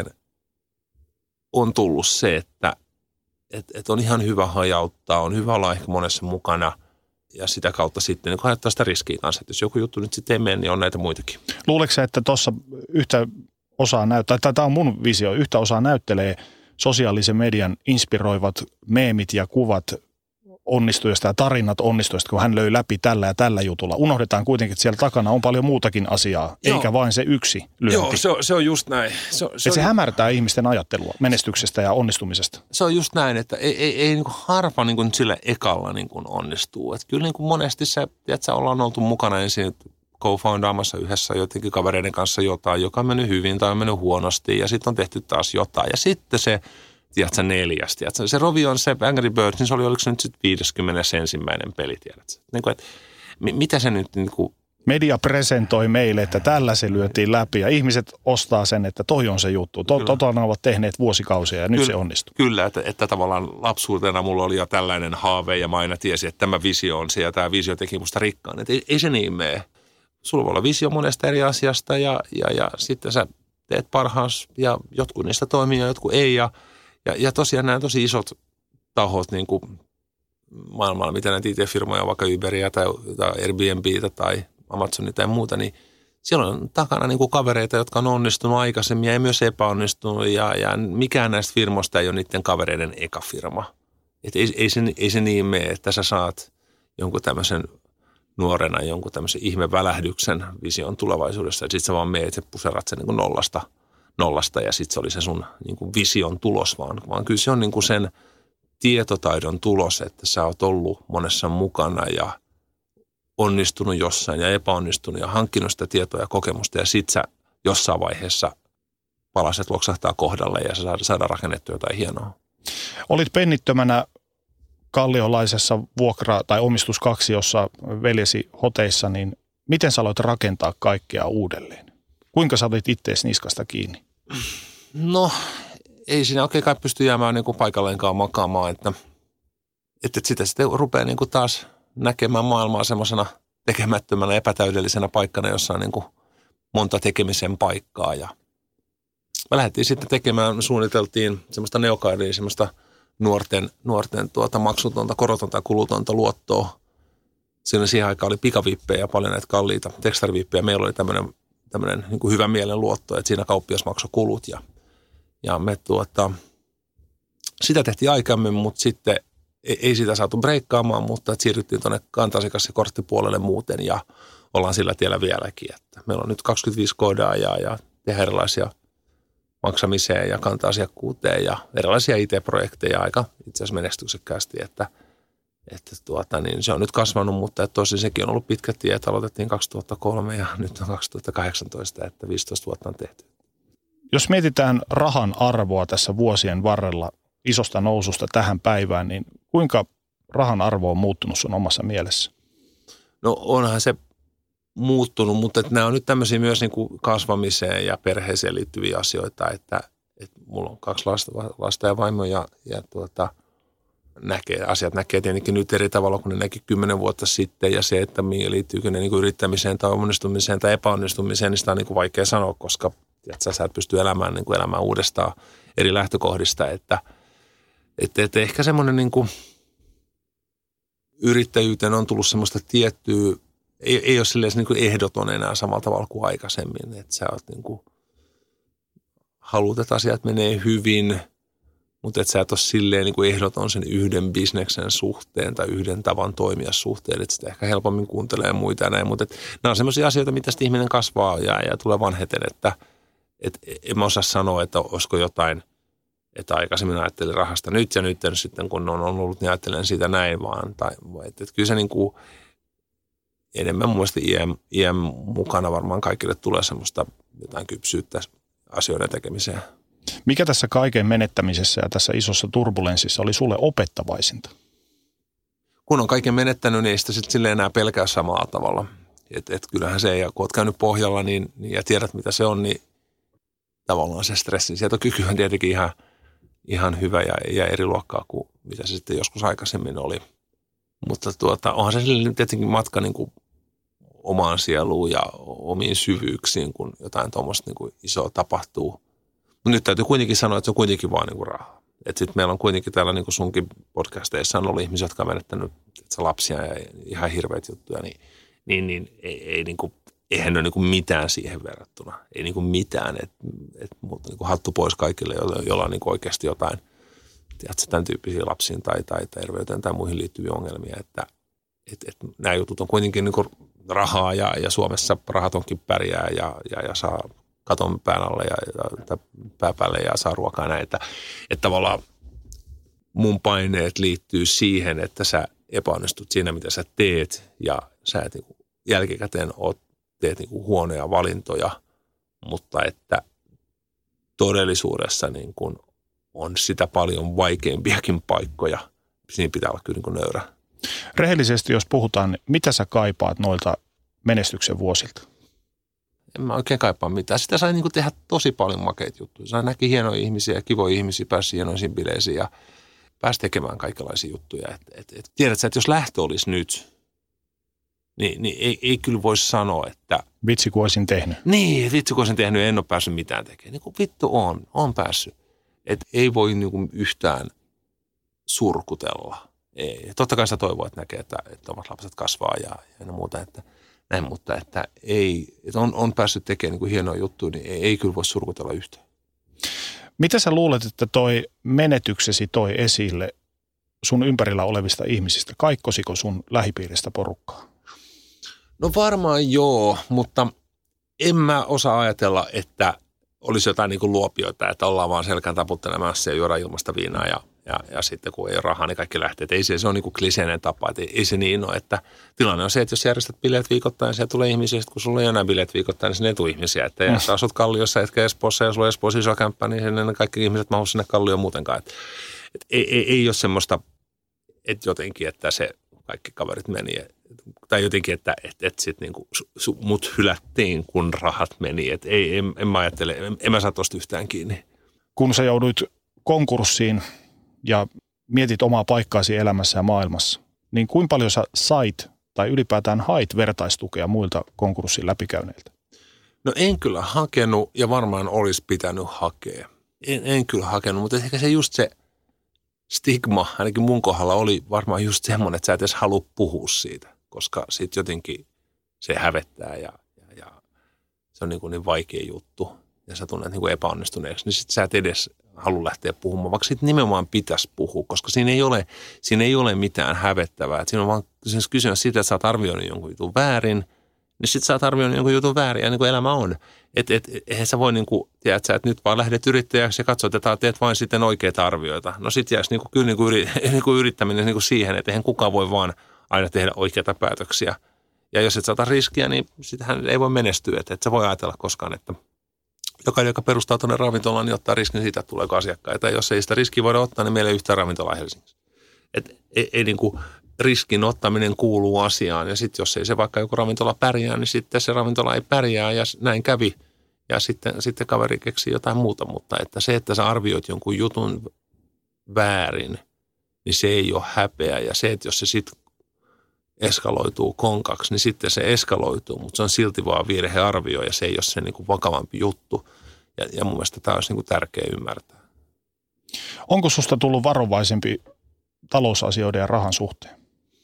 on tullut se, että et, et on ihan hyvä hajauttaa, on hyvä olla ehkä monessa mukana ja sitä kautta sitten niin hajottaa sitä riskiä kanssa. Että jos joku juttu nyt sitten ei mene, niin on näitä muitakin. Luuletko sä, että tuossa yhtä osaa näyttää, tai tämä on mun visio, yhtä osaa näyttelee sosiaalisen median inspiroivat meemit ja kuvat onnistujasta ja tarinat onnistujasta, kun hän löi läpi tällä ja tällä jutulla. Unohdetaan kuitenkin, että siellä takana on paljon muutakin asiaa, Joo. eikä vain se yksi lyönti. Joo, se on, se on just näin. Se, on, se, on, se hämärtää ihmisten ajattelua menestyksestä ja onnistumisesta. Se on just näin, että ei, ei, ei niin kuin harva niin kuin sillä ekalla niin kuin onnistuu. Että kyllä niin kuin monesti se, että ollaan oltu mukana ensin co-foundaamassa yhdessä jotenkin kavereiden kanssa jotain, joka on mennyt hyvin tai on mennyt huonosti ja sitten on tehty taas jotain. Ja sitten se tiedätkö, neljäs, tiedätkö? Se Rovi se Angry Birds, niin se oli, oliko se nyt sitten viideskymmenesensimmäinen peli, tiedätkö? Niin kuin, että mitä se nyt niin kuin media presentoi meille, että tällä se lyötiin läpi ja ihmiset ostaa sen, että toi on se juttu. Tota ne ovat tehneet vuosikausia ja nyt kyllä, se onnistuu. Kyllä, että, että tavallaan lapsuutena mulla oli jo tällainen haave ja mä aina tiesin, että tämä visio on se ja tämä visio teki musta rikkaan. Että ei, ei se niin mene. Sulla voi olla visio monesta eri asiasta ja, ja, ja sitten sä teet parhaas ja jotkut niistä toimii ja jotkut ei. Ja, ja, ja tosiaan nämä tosi isot tahot niin kuin maailmalla, mitä näitä I T-firmoja, vaikka Uberia tai, tai Airbnbitä tai Amazonia tai muuta, niin siellä on takana niin kuin kavereita, jotka on onnistunut aikaisemmin ja myös epäonnistunut ja, ja mikään näistä firmoista ei ole niiden kavereiden eka firma. Et ei, ei, se, ei se niin mene, että sä saat jonkun tämmöisen nuorena jonkun tämmöisen ihmevälähdyksen vision tulevaisuudessa ja sitten sä vaan meet ja puserat sen niin kuin nollasta, nollasta ja sitten se oli se sun niin kuin vision tulos, vaan, vaan kyllä se on niin kuin sen tietotaidon tulos, että sä oot ollut monessa mukana ja onnistunut jossain ja epäonnistunut ja hankkinut sitä tietoa ja kokemusta ja sit sä jossain vaiheessa palaset loksahtaa kohdalle ja sä saadaan rakennettua jotain hienoa. Olit pennittömänä kalliolaisessa vuokra- tai omistuskaksiossa veljesi hoteissa, niin miten sä aloit rakentaa kaikkea uudelleen? Kuinka sä olit itteesi niskasta kiinni? No, ei siinä oikein kai pysty jäämään niin kuin paikalleenkaan makaamaan, että, että sitä sitten rupeaa niin kuin taas näkemään maailmaa semmoisena tekemättömänä, epätäydellisenä paikkana, jossa on niin kuin monta tekemisen paikkaa. Ja me lähdettiin sitten tekemään, me suunniteltiin semmoista neokaidia, semmoista nuorten, nuorten tuota maksutonta, korotonta, kulutonta luottoa. Siinä siihen aikaan oli pikavippejä ja paljon näitä kalliita tekstarivippejä. Meillä oli tämmöinen, tämmöinen niin kuin hyvä mielen luotto, että siinä kauppias maksoi kulut. Ja, ja me tuota, sitä tehtiin aikammin, mutta sitten ei sitä saatu breikkaamaan, mutta siirryttiin tuonne kanta-asiakas- ja korttipuolelle muuten ja ollaan sillä tiellä vieläkin. Että meillä on nyt kaksikymmentäviisi koodaajaa ja tehdään erilaisia maksamiseen ja kanta-asiakkuuteen ja erilaisia I T-projekteja aika itse asiassa menestyksekkäästi, että, että tuota, niin se on nyt kasvanut, mutta tosin sekin on ollut pitkä tie, että aloitettiin kaksituhattakolme ja nyt on kaksituhattakahdeksantoista, että viisitoista vuotta on tehty. Jos mietitään rahan arvoa tässä vuosien varrella isosta noususta tähän päivään, niin kuinka rahan arvo on muuttunut sun omassa mielessä? No onhan se muuttunut, mutta että nämä on nyt tämmöisiä myös niin kuin kasvamiseen ja perheeseen liittyviä asioita, että, että mulla on kaksi lasta, lasta ja vaimo ja, ja tuota, näkee, asiat näkee tietenkin nyt eri tavalla kuin ne näki kymmenen vuotta sitten ja se, että liittyykö ne niin kuin yrittämiseen tai onnistumiseen tai epäonnistumiseen, niin sitä on niin kuin vaikea sanoa, koska tiedätkö, sä et pysty elämään, niin kuin elämään uudestaan eri lähtökohdista, että Että et ehkä semmoinen niin kuin yrittäjyyteen on tullut semmoista tiettyä, ei, ei ole silleen niin kuin ehdoton enää samalla tavalla kuin aikaisemmin. Että sä oot niin kuin, haluat, että asiat menee hyvin, mutta että sä et ole silleen niin kuin ehdoton sen yhden bisneksen suhteen tai yhden tavan toimia suhteen, että sitä ehkä helpommin kuuntelee muita ja näin. Mutta että nämä on semmoisia asioita, mitä sitten ihminen kasvaa ja, ja tulee vanheten, että et, en mä osaa sanoa, että olisiko jotain, että aikaisemmin ajattelin rahasta nyt ja nyt sitten kun on ollut, niin ajattelen siitä näin vaan. Tai, että, että kyllä se niin kuin enemmän mun mielestä iän, iän mukana varmaan kaikille tulee semmoista jotain kypsyyttä asioiden tekemiseen. Mikä tässä kaiken menettämisessä ja tässä isossa turbulenssissa oli sulle opettavaisinta? Kun on kaiken menettänyt, niin ei sitä sitten silleen enää pelkää samalla tavalla. Että et kyllähän se, ja kun olet käynyt pohjalla niin, niin, ja tiedät mitä se on, niin tavallaan se stressin sietokyky on tietenkin ihan, ihan hyvä ja, ja eri luokkaa kuin mitä se sitten joskus aikaisemmin oli. Mutta tuota, onhan se silleen tietenkin matka niin kuin omaan sieluun ja omiin syvyyksiin, kun jotain tuommoista niin kuin isoa tapahtuu. Mutta nyt täytyy kuitenkin sanoa, että se on kuitenkin vaan niin kuin rahaa. Että sitten meillä on kuitenkin täällä niin kuin sunkin podcasteissa on ollut ihmisiä, jotka on menettänyt lapsia ja ihan hirveät juttuja, niin, niin, niin ei, ei niin kuin, eihän ole niin kuin mitään siihen verrattuna. Ei niin kuin mitään, että et, mutta niin kuin hattu pois kaikille, joilla, joilla on niin kuin oikeasti jotain, tiedätkö, tämän tyyppisiä lapsiin tai, tai terveyteen tai muihin liittyviä ongelmia, että et, et, nämä jutut on kuitenkin niin kuin rahaa ja, ja Suomessa rahat onkin pärjää ja, ja, ja saa katon pään alle ja, ja pää päälle ja saa ruokaa näin, että, että tavallaan mun paineet liittyy siihen, että sä epäonnistut siinä, mitä sä teet ja sä et niin kuin jälkikäteen oot, teet niin kuin huonoja valintoja, mutta että todellisuudessa niin kuin on sitä paljon vaikeampiakin paikkoja. Siinä pitää olla kyllä niin kuin nöyrä. Rehellisesti, jos puhutaan, niin mitä sä kaipaat noilta menestyksen vuosilta? En mä oikein kaipaa mitään. Sitä sai niin kuin tehdä tosi paljon makeita juttuja. Sai näki hienoja ihmisiä ja kivoja ihmisiä, pääsi hienoisiin bileisiin ja pääsi tekemään kaikenlaisia juttuja. Et, et, et, tiedät sä, että jos lähtö olisi nyt, niin, niin ei, ei kyllä voisi sanoa, että vitsi kun olisin tehnyt. Niin, vitsi kun olisin tehnyt ja en ole päässyt mitään tekemään. Niin kuin vittu on, on päässyt. Että ei voi niin kuin yhtään surkutella. Ei. Totta kai sitä toivoo, että näkee, että, että omat lapset kasvaa ja, ja muuta, että näin, mutta että ei, että on, on päässyt tekemään niin kuin hienoja juttuja, niin ei, ei kyllä voi surkutella yhtään. Mitä sä luulet, että toi menetyksesi toi esille sun ympärillä olevista ihmisistä? Kaikkosiko sun lähipiiristä porukkaa? No varmaan joo, mutta en mä osaa ajatella, että olisi jotain niin kuin luopioita, että ollaan vaan selkään taputtelemassa ja juoda ilmasta viinaa ja, ja, ja sitten kun ei ole rahaa, niin kaikki lähtee. Että ei se, se on niin kuin kliseinen tapa, että ei, ei se niin ole, että tilanne on se, että jos järjestät bileet viikoittain, siellä tulee ihmisiä, kun sulla ei enää bileet viikoittain, niin sinne ei tule ihmisiä. Että mm. jos asut Kalliossa, etkä Espoossa ja sulla on Espoossa iso kämppä, niin sinne kaikki ihmiset mahtuu sinne Kallioon muutenkaan. Että, että ei, ei, ei ole semmoista, että jotenkin, että se kaikki kaverit meni tai jotenkin, että et, et sitten niinku mut hylättiin, kun rahat meni. Et ei, en, en mä ajattele, en, en mä saa tosta yhtään kiinni. Kun sä jouduit konkurssiin ja mietit omaa paikkaasi elämässä ja maailmassa, niin kuinka paljon sä sait tai ylipäätään hait vertaistukea muilta konkurssin läpikäyneiltä? No en kyllä hakenut ja varmaan olisi pitänyt hakea. En, en kyllä hakenut, mutta ehkä se just se stigma, ainakin mun kohdalla oli varmaan just semmoinen, että sä et edes halua puhua siitä. Koska sitten jotenkin se hävettää ja, ja, ja se on niin, kuin niin vaikea juttu ja sä tunnet niin kuin epäonnistuneeksi, niin sitten sä et edes halua lähteä puhumaan, vaikka sitten nimenomaan pitäisi puhua, koska siinä ei ole, siinä ei ole mitään hävettävää. Et siinä on vaan kysymys siitä, että sä oot arvioinut jonkun jutun väärin, niin sitten sä oot arvioinut jonkun jutun väärin ja niin kuin elämä on. Että et, eihän sä voi niin kuin, tiedät sä, että nyt vaan lähdet yrittäjäksi ja katsot, että teet vain sitten oikeita arvioita. No sitten jäisi niin kuin, kyllä niin kuin, yri, niin kuin yrittäminen niin kuin siihen, että eihän kukaan voi vaan aina tehdä oikeita päätöksiä. Ja jos et saa riskiä, niin sitähän ei voi menestyä. Että et sä voi ajatella koskaan, että jokainen, joka perustaa tuonne ravintolaan, niin ottaa riskin siitä, että tuleeko asiakkaita. Ja jos ei sitä riskiä voida ottaa, niin meillä ei yhtään ravintolaa Helsingissä. Että ei, ei niin kuin riskin ottaminen kuuluu asiaan. Ja sitten jos ei se vaikka joku ravintola pärjää, niin sitten se ravintola ei pärjää ja näin kävi. Ja sitten, sitten kaveri keksii jotain muuta. Mutta että se, että sä arvioit jonkun jutun väärin, niin se ei ole häpeä. Ja se, että jos se sitten eskaloituu konkaksi, niin sitten se eskaloituu, mutta se on silti vaan virhearvio ja se ei ole se niin kuin vakavampi juttu. Ja, ja mun mielestä tämä olisi niin kuin tärkeä ymmärtää. Onko susta tullut varovaisempi talousasioiden ja rahan suhteen?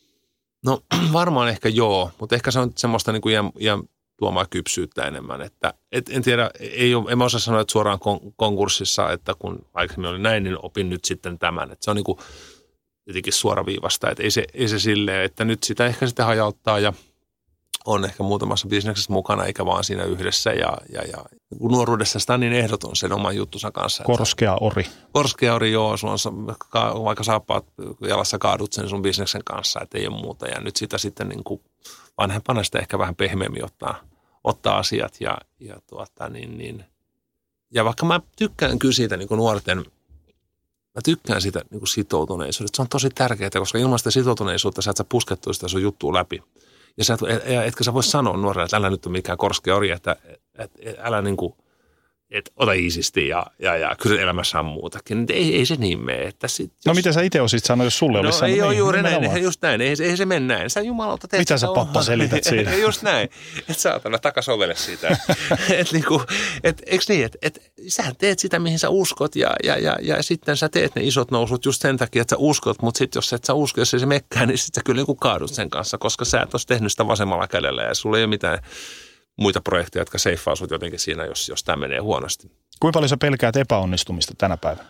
No varmaan ehkä joo, mutta ehkä se on semmoista niin kuin iän, iän tuomaa kypsyyttä enemmän. Että, et, en tiedä, ei ole, en mä osaa sanoa, että suoraan kon, konkurssissa, että kun aikaisemmin oli näin, niin opin nyt sitten tämän. Että se on niin kuin jotenkin suoraviivasta, että ei se, ei se silleen, että nyt sitä ehkä sitten hajauttaa ja on ehkä muutamassa bisneksessä mukana, eikä vaan siinä yhdessä. Ja, ja, ja nuoruudessa sitä on niin ehdoton sen oman juttunsa kanssa. Korskea ori. Korskea ori, joo. Sulla on, vaikka saappaat jalassa kaadut sen sun bisneksen kanssa, että ei ole muuta. Ja nyt sitä sitten niin kuin vanhempana sitä ehkä vähän pehmeämmin ottaa, ottaa asiat. Ja, ja, tuota, niin, niin. ja vaikka mä tykkään kyllä siitä niin kuin nuorten, mä tykkään siitä niin kuin sitoutuneisuudesta. Se on tosi tärkeää, koska ilman sitä sitoutuneisuutta sä et sä puskettua sitä sun juttua läpi. Ja sä et, etkä sä voi sanoa nuorelle, että älä nyt ole mikään korskea ori, että et, et, älä niin kuin, että ota iisisti ja, ja, ja kyllä elämässä on muutakin. Ei, ei se niin mene. Että sit, jos... No mitä sä itse olisit sanonut, jos sulle no, olisi sanonut? No ei ole juuri niin, näin, just näin. Ei, ei se mene näin. Sä jumalauta teet mitä sä pappa omaa. Selität siinä? Just näin. Että saatana takasovele sitä. Että niinku, et, eikö niin, että et, sähän teet sitä, mihin sä uskot ja, ja, ja, ja sitten sä teet ne isot nousut just sen takia, että sä uskot. Mutta sitten jos et sä usko, jos ei se mekkää, niin sitten sä kyllä niinku kaadut sen kanssa, koska sä et olisi tehnyt sitä vasemmalla kädellä ja sulla ei ole mitään muita projekteja, jotka seiffaa sut jotenkin siinä, jos, jos tämä menee huonosti. Kuinka paljon sä pelkäät epäonnistumista tänä päivänä?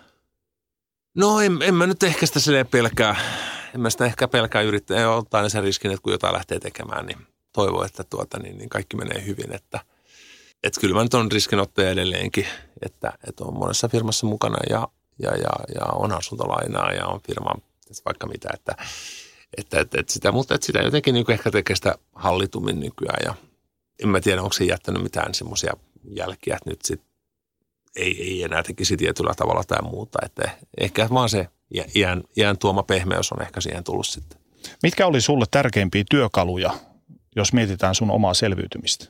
No en, en mä nyt ehkä sitä silleen pelkää. En mä sitä ehkä pelkää yrittää. Ei ottaa aina sen riskin, että kun jotain lähtee tekemään, niin toivon, että tuota, niin, niin kaikki menee hyvin. Että, että kyllä mä nyt on riskinottaja edelleenkin, että, että on monessa firmassa mukana ja, ja, ja, ja on asuntolainaa ja on firma vaikka mitä. Että, että, että, että sitä, mutta että sitä jotenkin niin ehkä tekee sitä hallitummin nykyään ja en mä tiedä, onko se jättänyt mitään semmoisia jälkiä, että nyt sitten ei, ei enää tekisi tietyllä tavalla tai muuta. Että ehkä vaan se iän, iän tuoma pehmeys on ehkä siihen tullut sitten. Mitkä oli sulle tärkeimpiä työkaluja, jos mietitään sun omaa selviytymistä?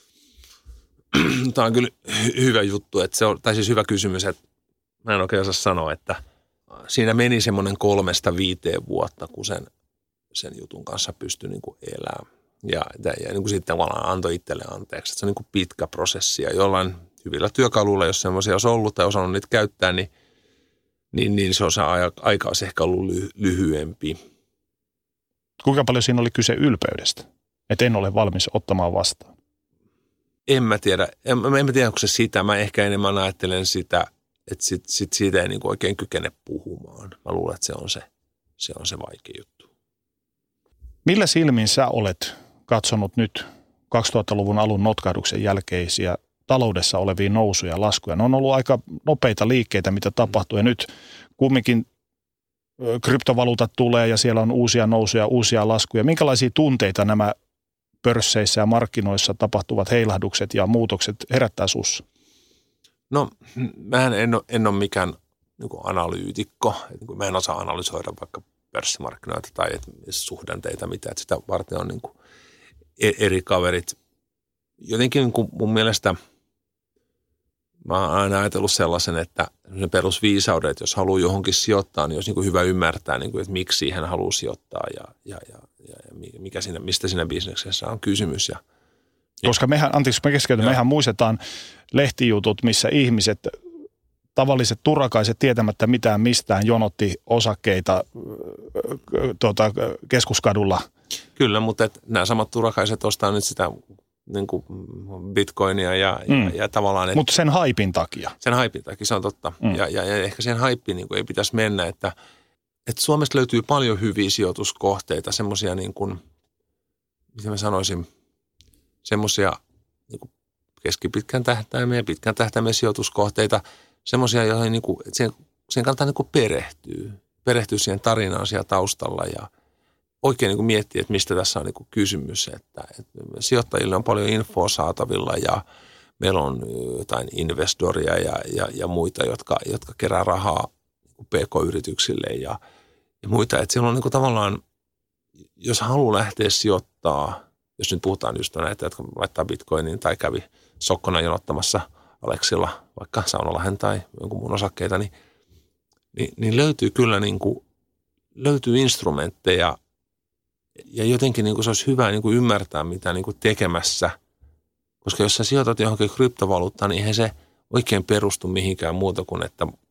Tämä on kyllä hy- hyvä juttu, että se on, tai siis hyvä kysymys, että mä en oikein osaa sanoa, että siinä meni semmoinen kolmesta viiteen vuotta, kun sen, sen jutun kanssa pystyi niin kuin elämään. Ja, ja niin kuin sitten tavallaan antoi itselle anteeksi. Se on niin kuin pitkä prosessi ja jollain hyvillä työkaluilla, jos semmoisia olisi ollut tai osannut niitä käyttää, niin, niin, niin se on se aika olisi ehkä ollut ly- lyhyempi. Kuinka paljon siinä oli kyse ylpeydestä, että en ole valmis ottamaan vastaan? En mä tiedä. En, en mä tiedä, onko se sitä. Mä ehkä enemmän ajattelen sitä, että sit, sit siitä ei niin kuin oikein kykene puhumaan. Mä luulen, että se on se, se, on se vaikea juttu. Millä silmin sä olet katsonut nyt kaksituhattaluvun alun notkahduksen jälkeisiä taloudessa olevia nousuja ja laskuja? Ne on ollut aika nopeita liikkeitä, mitä tapahtuu ja nyt kumminkin kryptovaluutat tulee ja siellä on uusia nousuja, uusia laskuja. Minkälaisia tunteita nämä pörsseissä ja markkinoissa tapahtuvat heilahdukset ja muutokset herättää sussa? No, mähän en ole, en ole mikään niin kuin analyytikko. Mä en osaa analysoida vaikka pörssimarkkinoita tai suhdanteita, mitä että sitä varten on niin kuin eri kaverit. Jotenkin niin kuin mun mielestä mä oon aina ajatellut sellaisen, että se perusviisauden, että jos haluaa johonkin sijoittaa, niin olisi niin kuin hyvä ymmärtää, niin kuin, että miksi siihen haluaa sijoittaa ja, ja, ja, ja mikä siinä, mistä siinä bisneksessä on kysymys. Ja, Koska mehän, anteeksi me keskeytän, mehän muistetaan lehtijutut, missä ihmiset, tavalliset turakaiset tietämättä mitään mistään, jonotti osakkeita tuota, keskuskadulla. Kyllä, mutta et nämä samat turakaiset ostaa nyt sitä niin kuin bitcoinia ja, mm. ja, ja tavallaan... Mutta sen haipin takia. Sen haipin takia, se on totta. Mm. Ja, ja, ja ehkä sen haippiin niin kuin ei pitäisi mennä, että, että Suomesta löytyy paljon hyviä sijoituskohteita, semmoisia niin kuin, mitä mä sanoisin, semmoisia niin kuin keskipitkän tähtäimen ja pitkän tähtäimen sijoituskohteita, semmoisia, joihin niin kuin, siihen, siihen kannattaa niin kuin perehtyä, perehtyä siihen tarinaan siellä taustalla ja oikein niin kuin miettiä, että mistä tässä on niin kuin kysymys. Että, että sijoittajille on paljon infoa saatavilla ja meillä on jotain investoria ja, ja, ja muita, jotka, jotka kerää rahaa P K-yrityksille ja, ja muita. Että siellä on niin kuin tavallaan, jos haluaa lähteä sijoittaa, jos nyt puhutaan just näitä, jotka laittaa bitcoinin tai kävi sokkona jonottamassa Aleksilla vaikka Saunalahden tai jonkun muun osakkeita, niin, niin, niin löytyy kyllä niin kuin, löytyy instrumentteja ja jotenkin niin kuin se olisi hyvä niin kuin ymmärtää, mitä niin kuin tekemässä. Koska jos sä sijoitat johonkin kryptovaluuttaan, niin eihän se oikein perustu mihinkään muuta kuin, että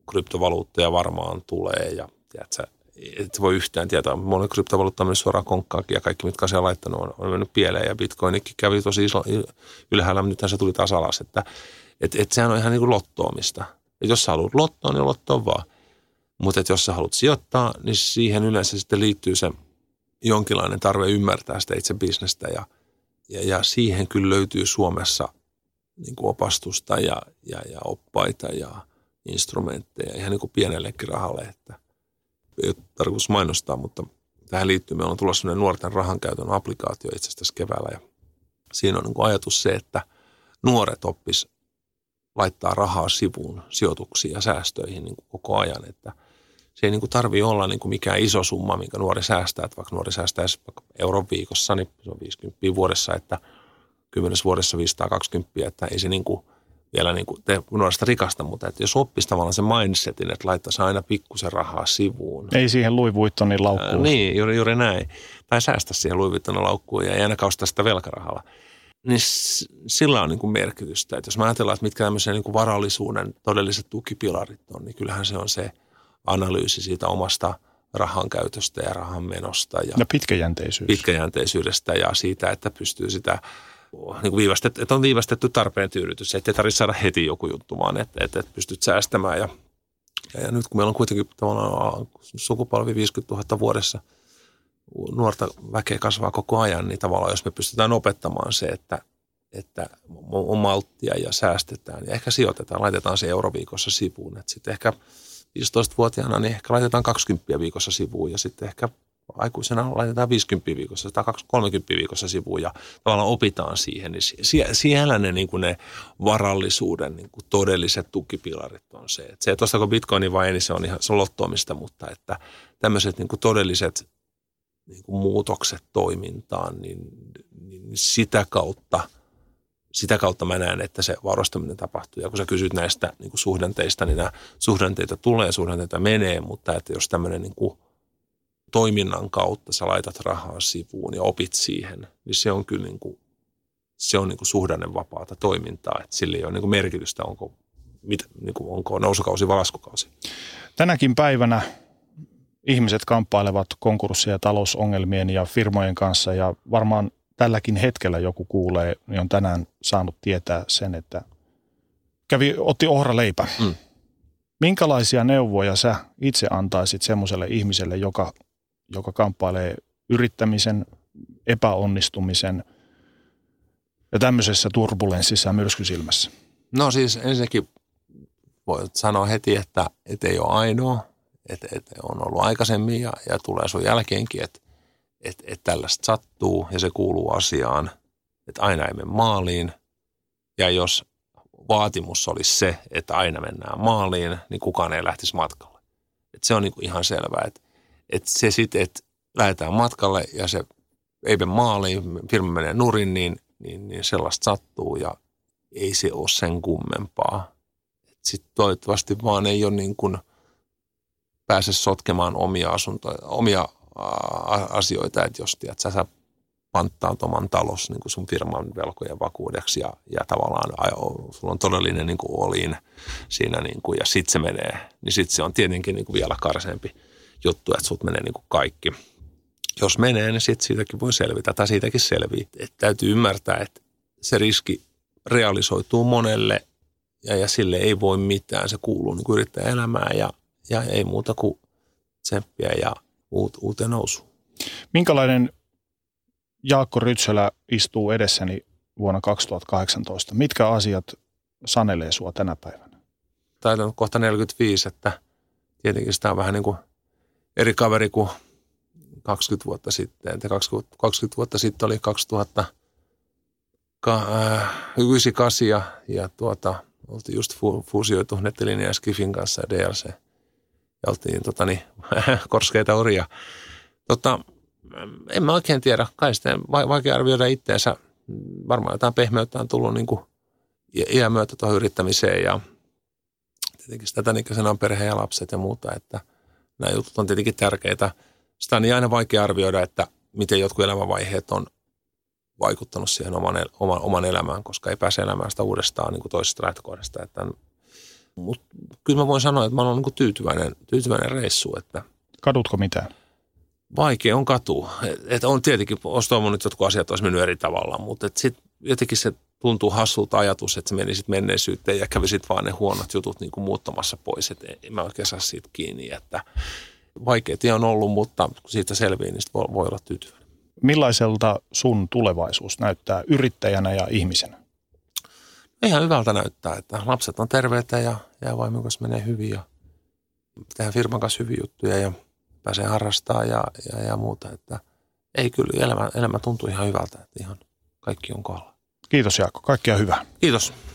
kryptovaluuttoja varmaan tulee ja tiedätkö, et voi yhtään tietää. Moni kryptovaluutta on mennyt suoraan konkkaakin ja kaikki, mitkä on siellä laittanut, on, on mennyt pieleen ja bitcoinikin kävi tosi iso, ylhäällä, nythän se tuli taas alas. Että et, et sehän on ihan niin kuin lottoamista. Et jos sä haluat lottoa, niin lottoa vaan. Mutta jos sä haluat sijoittaa, niin siihen yleensä sitten liittyy se jonkinlainen tarve ymmärtää sitä itse bisnestä ja, ja, ja siihen kyllä löytyy Suomessa niin kuin opastusta ja, ja, ja oppaita ja instrumentteja ihan niin kuin pienellekin rahalle, että ei ole tarkoitus mainostaa, mutta tähän liittyy. Meillä on tulossa sellainen nuorten rahankäytön applikaatio itse asiassa keväällä ja siinä on niin kuin ajatus se, että nuoret oppis laittaa rahaa sivuun sijoituksiin ja säästöihin niin kuin koko ajan, että se ei niin kuin tarvitse olla niin kuin mikään iso summa, minkä nuori säästää, että vaikka nuori säästäisi vaikka euron viikossa, niin se on viisikymmentä vuodessa, että kymmenessä vuodessa viisisataakaksikymmentä, että ei se niin kuin vielä niin kuin tee nuoresta rikasta, mutta että jos oppisi tavallaan sen mindsetin, että laittaisi aina pikkusen rahaa sivuun. Ei siihen Louis Vuittonin laukkuun. Ää, niin, juuri, juuri näin. Tai säästä siihen Louis Vuittonin laukkuun ja ei ainakaan ostaa sitä velkarahalla. Niin sillä on niin kuin merkitystä. Että jos mä ajatellaan, että mitkä tämmöisen niin kuin varallisuuden todelliset tukipilarit on, niin kyllähän se on se analyysi siitä omasta rahan käytöstä ja rahan menosta. Ja, ja pitkäjänteisyys. Pitkäjänteisyydestä ja siitä, että pystyy sitä niin kuin viivästetty, että on viivästetty tarpeen tyydytys, ettei tarvitse saada heti joku juttu, vaan että, että, että pystyt säästämään. Ja, ja, ja nyt kun meillä on kuitenkin tavallaan sukupolvi viisikymmentätuhatta vuodessa, nuorta väkeä kasvaa koko ajan, niin tavallaan jos me pystytään opettamaan se, että, että on malttia ja säästetään ja ehkä sijoitetaan, laitetaan se euro viikossa sivuun. Että sitten ehkä viisitoistavuotiaana niin ehkä laitetaan kaksikymmentä viikossa sivuun ja sitten ehkä aikuisena laitetaan viisikymmentä viikossa tai kolmekymmentä viikossa sivuun ja tavallaan opitaan siihen. Niin siellä ne, niin kuin ne varallisuuden niin kuin todelliset tukipilarit on se. Että se, että ostako bitcoinin vai ei, niin se on ihan se on lottoamista, mutta että tämmöiset niin kuin todelliset niin kuin muutokset toimintaan, niin, niin sitä kautta Sitä kautta mä näen, että se varustaminen tapahtuu. Ja kun sä kysyt näistä niin kuin suhdanteista, niin nämä suhdanteita tulee, suhdanteita menee, mutta että jos tämmöinen niin kuin toiminnan kautta sä laitat rahaa sivuun ja opit siihen, niin se on kyllä niin kuin, se on niin kuin suhdannevapaata toimintaa. Että sillä ei ole niin kuin merkitystä, onko, mit, niin kuin, onko nousukausi vai laskukausi. Tänäkin päivänä ihmiset kamppailevat konkurssia ja talousongelmien ja firmojen kanssa ja varmaan tälläkin hetkellä joku kuulee, niin on tänään saanut tietää sen, että kävi, otti ohraleipä. Mm. Minkälaisia neuvoja sä itse antaisit semmoiselle ihmiselle, joka, joka kamppailee yrittämisen, epäonnistumisen ja tämmöisessä turbulenssissa ja myrskysilmässä? No siis ensinnäkin voi sanoa heti, että, että ei ole ainoa, että, että on ollut aikaisemmin ja, ja tulee sun jälkeenkin, että Että et tällaista sattuu ja se kuuluu asiaan, että aina ei mene maaliin. Ja jos vaatimus olisi se, että aina mennään maaliin, niin kukaan ei lähtisi matkalle. Et se on niinku ihan selvää, että et se sitten, että lähdetään matkalle ja se ei mene maaliin, firma menee nurin, niin, niin, niin sellaista sattuu ja ei se ole sen kummempaa. Sitten toivottavasti vaan ei ole niin kuin pääse sotkemaan omia asuntoja, omia asioita, että jos tiedät, sä, sä panttaat oman talos niin kuin sun firman velkojen vakuudeksi ja, ja tavallaan sulla on todellinen niin kuin olin siinä niin kuin, ja sitten se menee, niin sitten se on tietenkin niin kuin vielä karseempi juttu, että sut menee niin kuin kaikki. Jos menee, niin sitten siitäkin voi selvitä tai siitäkin selvii. Että täytyy ymmärtää, että se riski realisoituu monelle ja, ja sille ei voi mitään. Se kuuluu niin kuin yrittäjän elämään ja, ja ei muuta kuin tsemppiä ja uuteen nousuun. Minkälainen Jaakko Rytsölä istuu edessäni vuonna kaksituhattakahdeksantoista? Mitkä asiat sanelee sua tänä päivänä? Taitan kohta neljäkymmentäviisi, että tietenkin sitä on vähän niin kuin eri kaveri kuin kaksikymmentä vuotta sitten. Että kaksikymmentä, kaksikymmentä vuotta sitten oli kaksituhattayhdeksäntoista ja, ja tuota, oltiin just fu, fuusioitu Nettilinja ja Skifin kanssa ja D L C. Ja oltiin tota, niin, korskeita oria. Tota, en mä oikein tiedä. Kai sitten vaikea arvioida itteensä. Varmaan jotain pehmeyttä on tullut niin kuin iän myötä tuohon yrittämiseen. Ja tietenkin sitä tämän ikäisenä on perhe ja lapset ja muuta. Että nämä jutut on tietenkin tärkeitä. Sitä on niin aina vaikea arvioida, että miten jotkut elämänvaiheet on vaikuttanut siihen oman, oman, oman elämään, koska ei pääse elämään sitä uudestaan niin kuin toisesta lähtökohdasta. Että Mutta kyllä mä voin sanoa, että mä olen niin tyytyväinen, tyytyväinen reissu. Että Kadutko mitään? Vaikea on katua. Että on tietenkin, olisi toivonut, että jotkut asiat olisi mennyt eri tavalla, mutta sitten jotenkin se tuntuu hassulta ajatus, että se meni sitten menneisyyteen ja kävi sitten vaan ne huonot jutut niin kuin muuttamassa pois. Että en mä oikein saa siitä kiinni, että vaikea tie on ollut, mutta kun siitä selviää, niin voi, voi olla tyytyväinen. Millaiselta sun tulevaisuus näyttää yrittäjänä ja ihmisenä? Ihan hyvältä näyttää, että lapset on terveitä ja, ja vaimon kanssa menee hyvin ja tehdään firman kanssa hyviä juttuja ja pääsee harrastamaan ja, ja, ja muuta. Että ei kyllä, elämä, elämä tuntuu ihan hyvältä, että ihan kaikki on kohdalla. Kiitos Jaakko, kaikkea hyvää. Kiitos.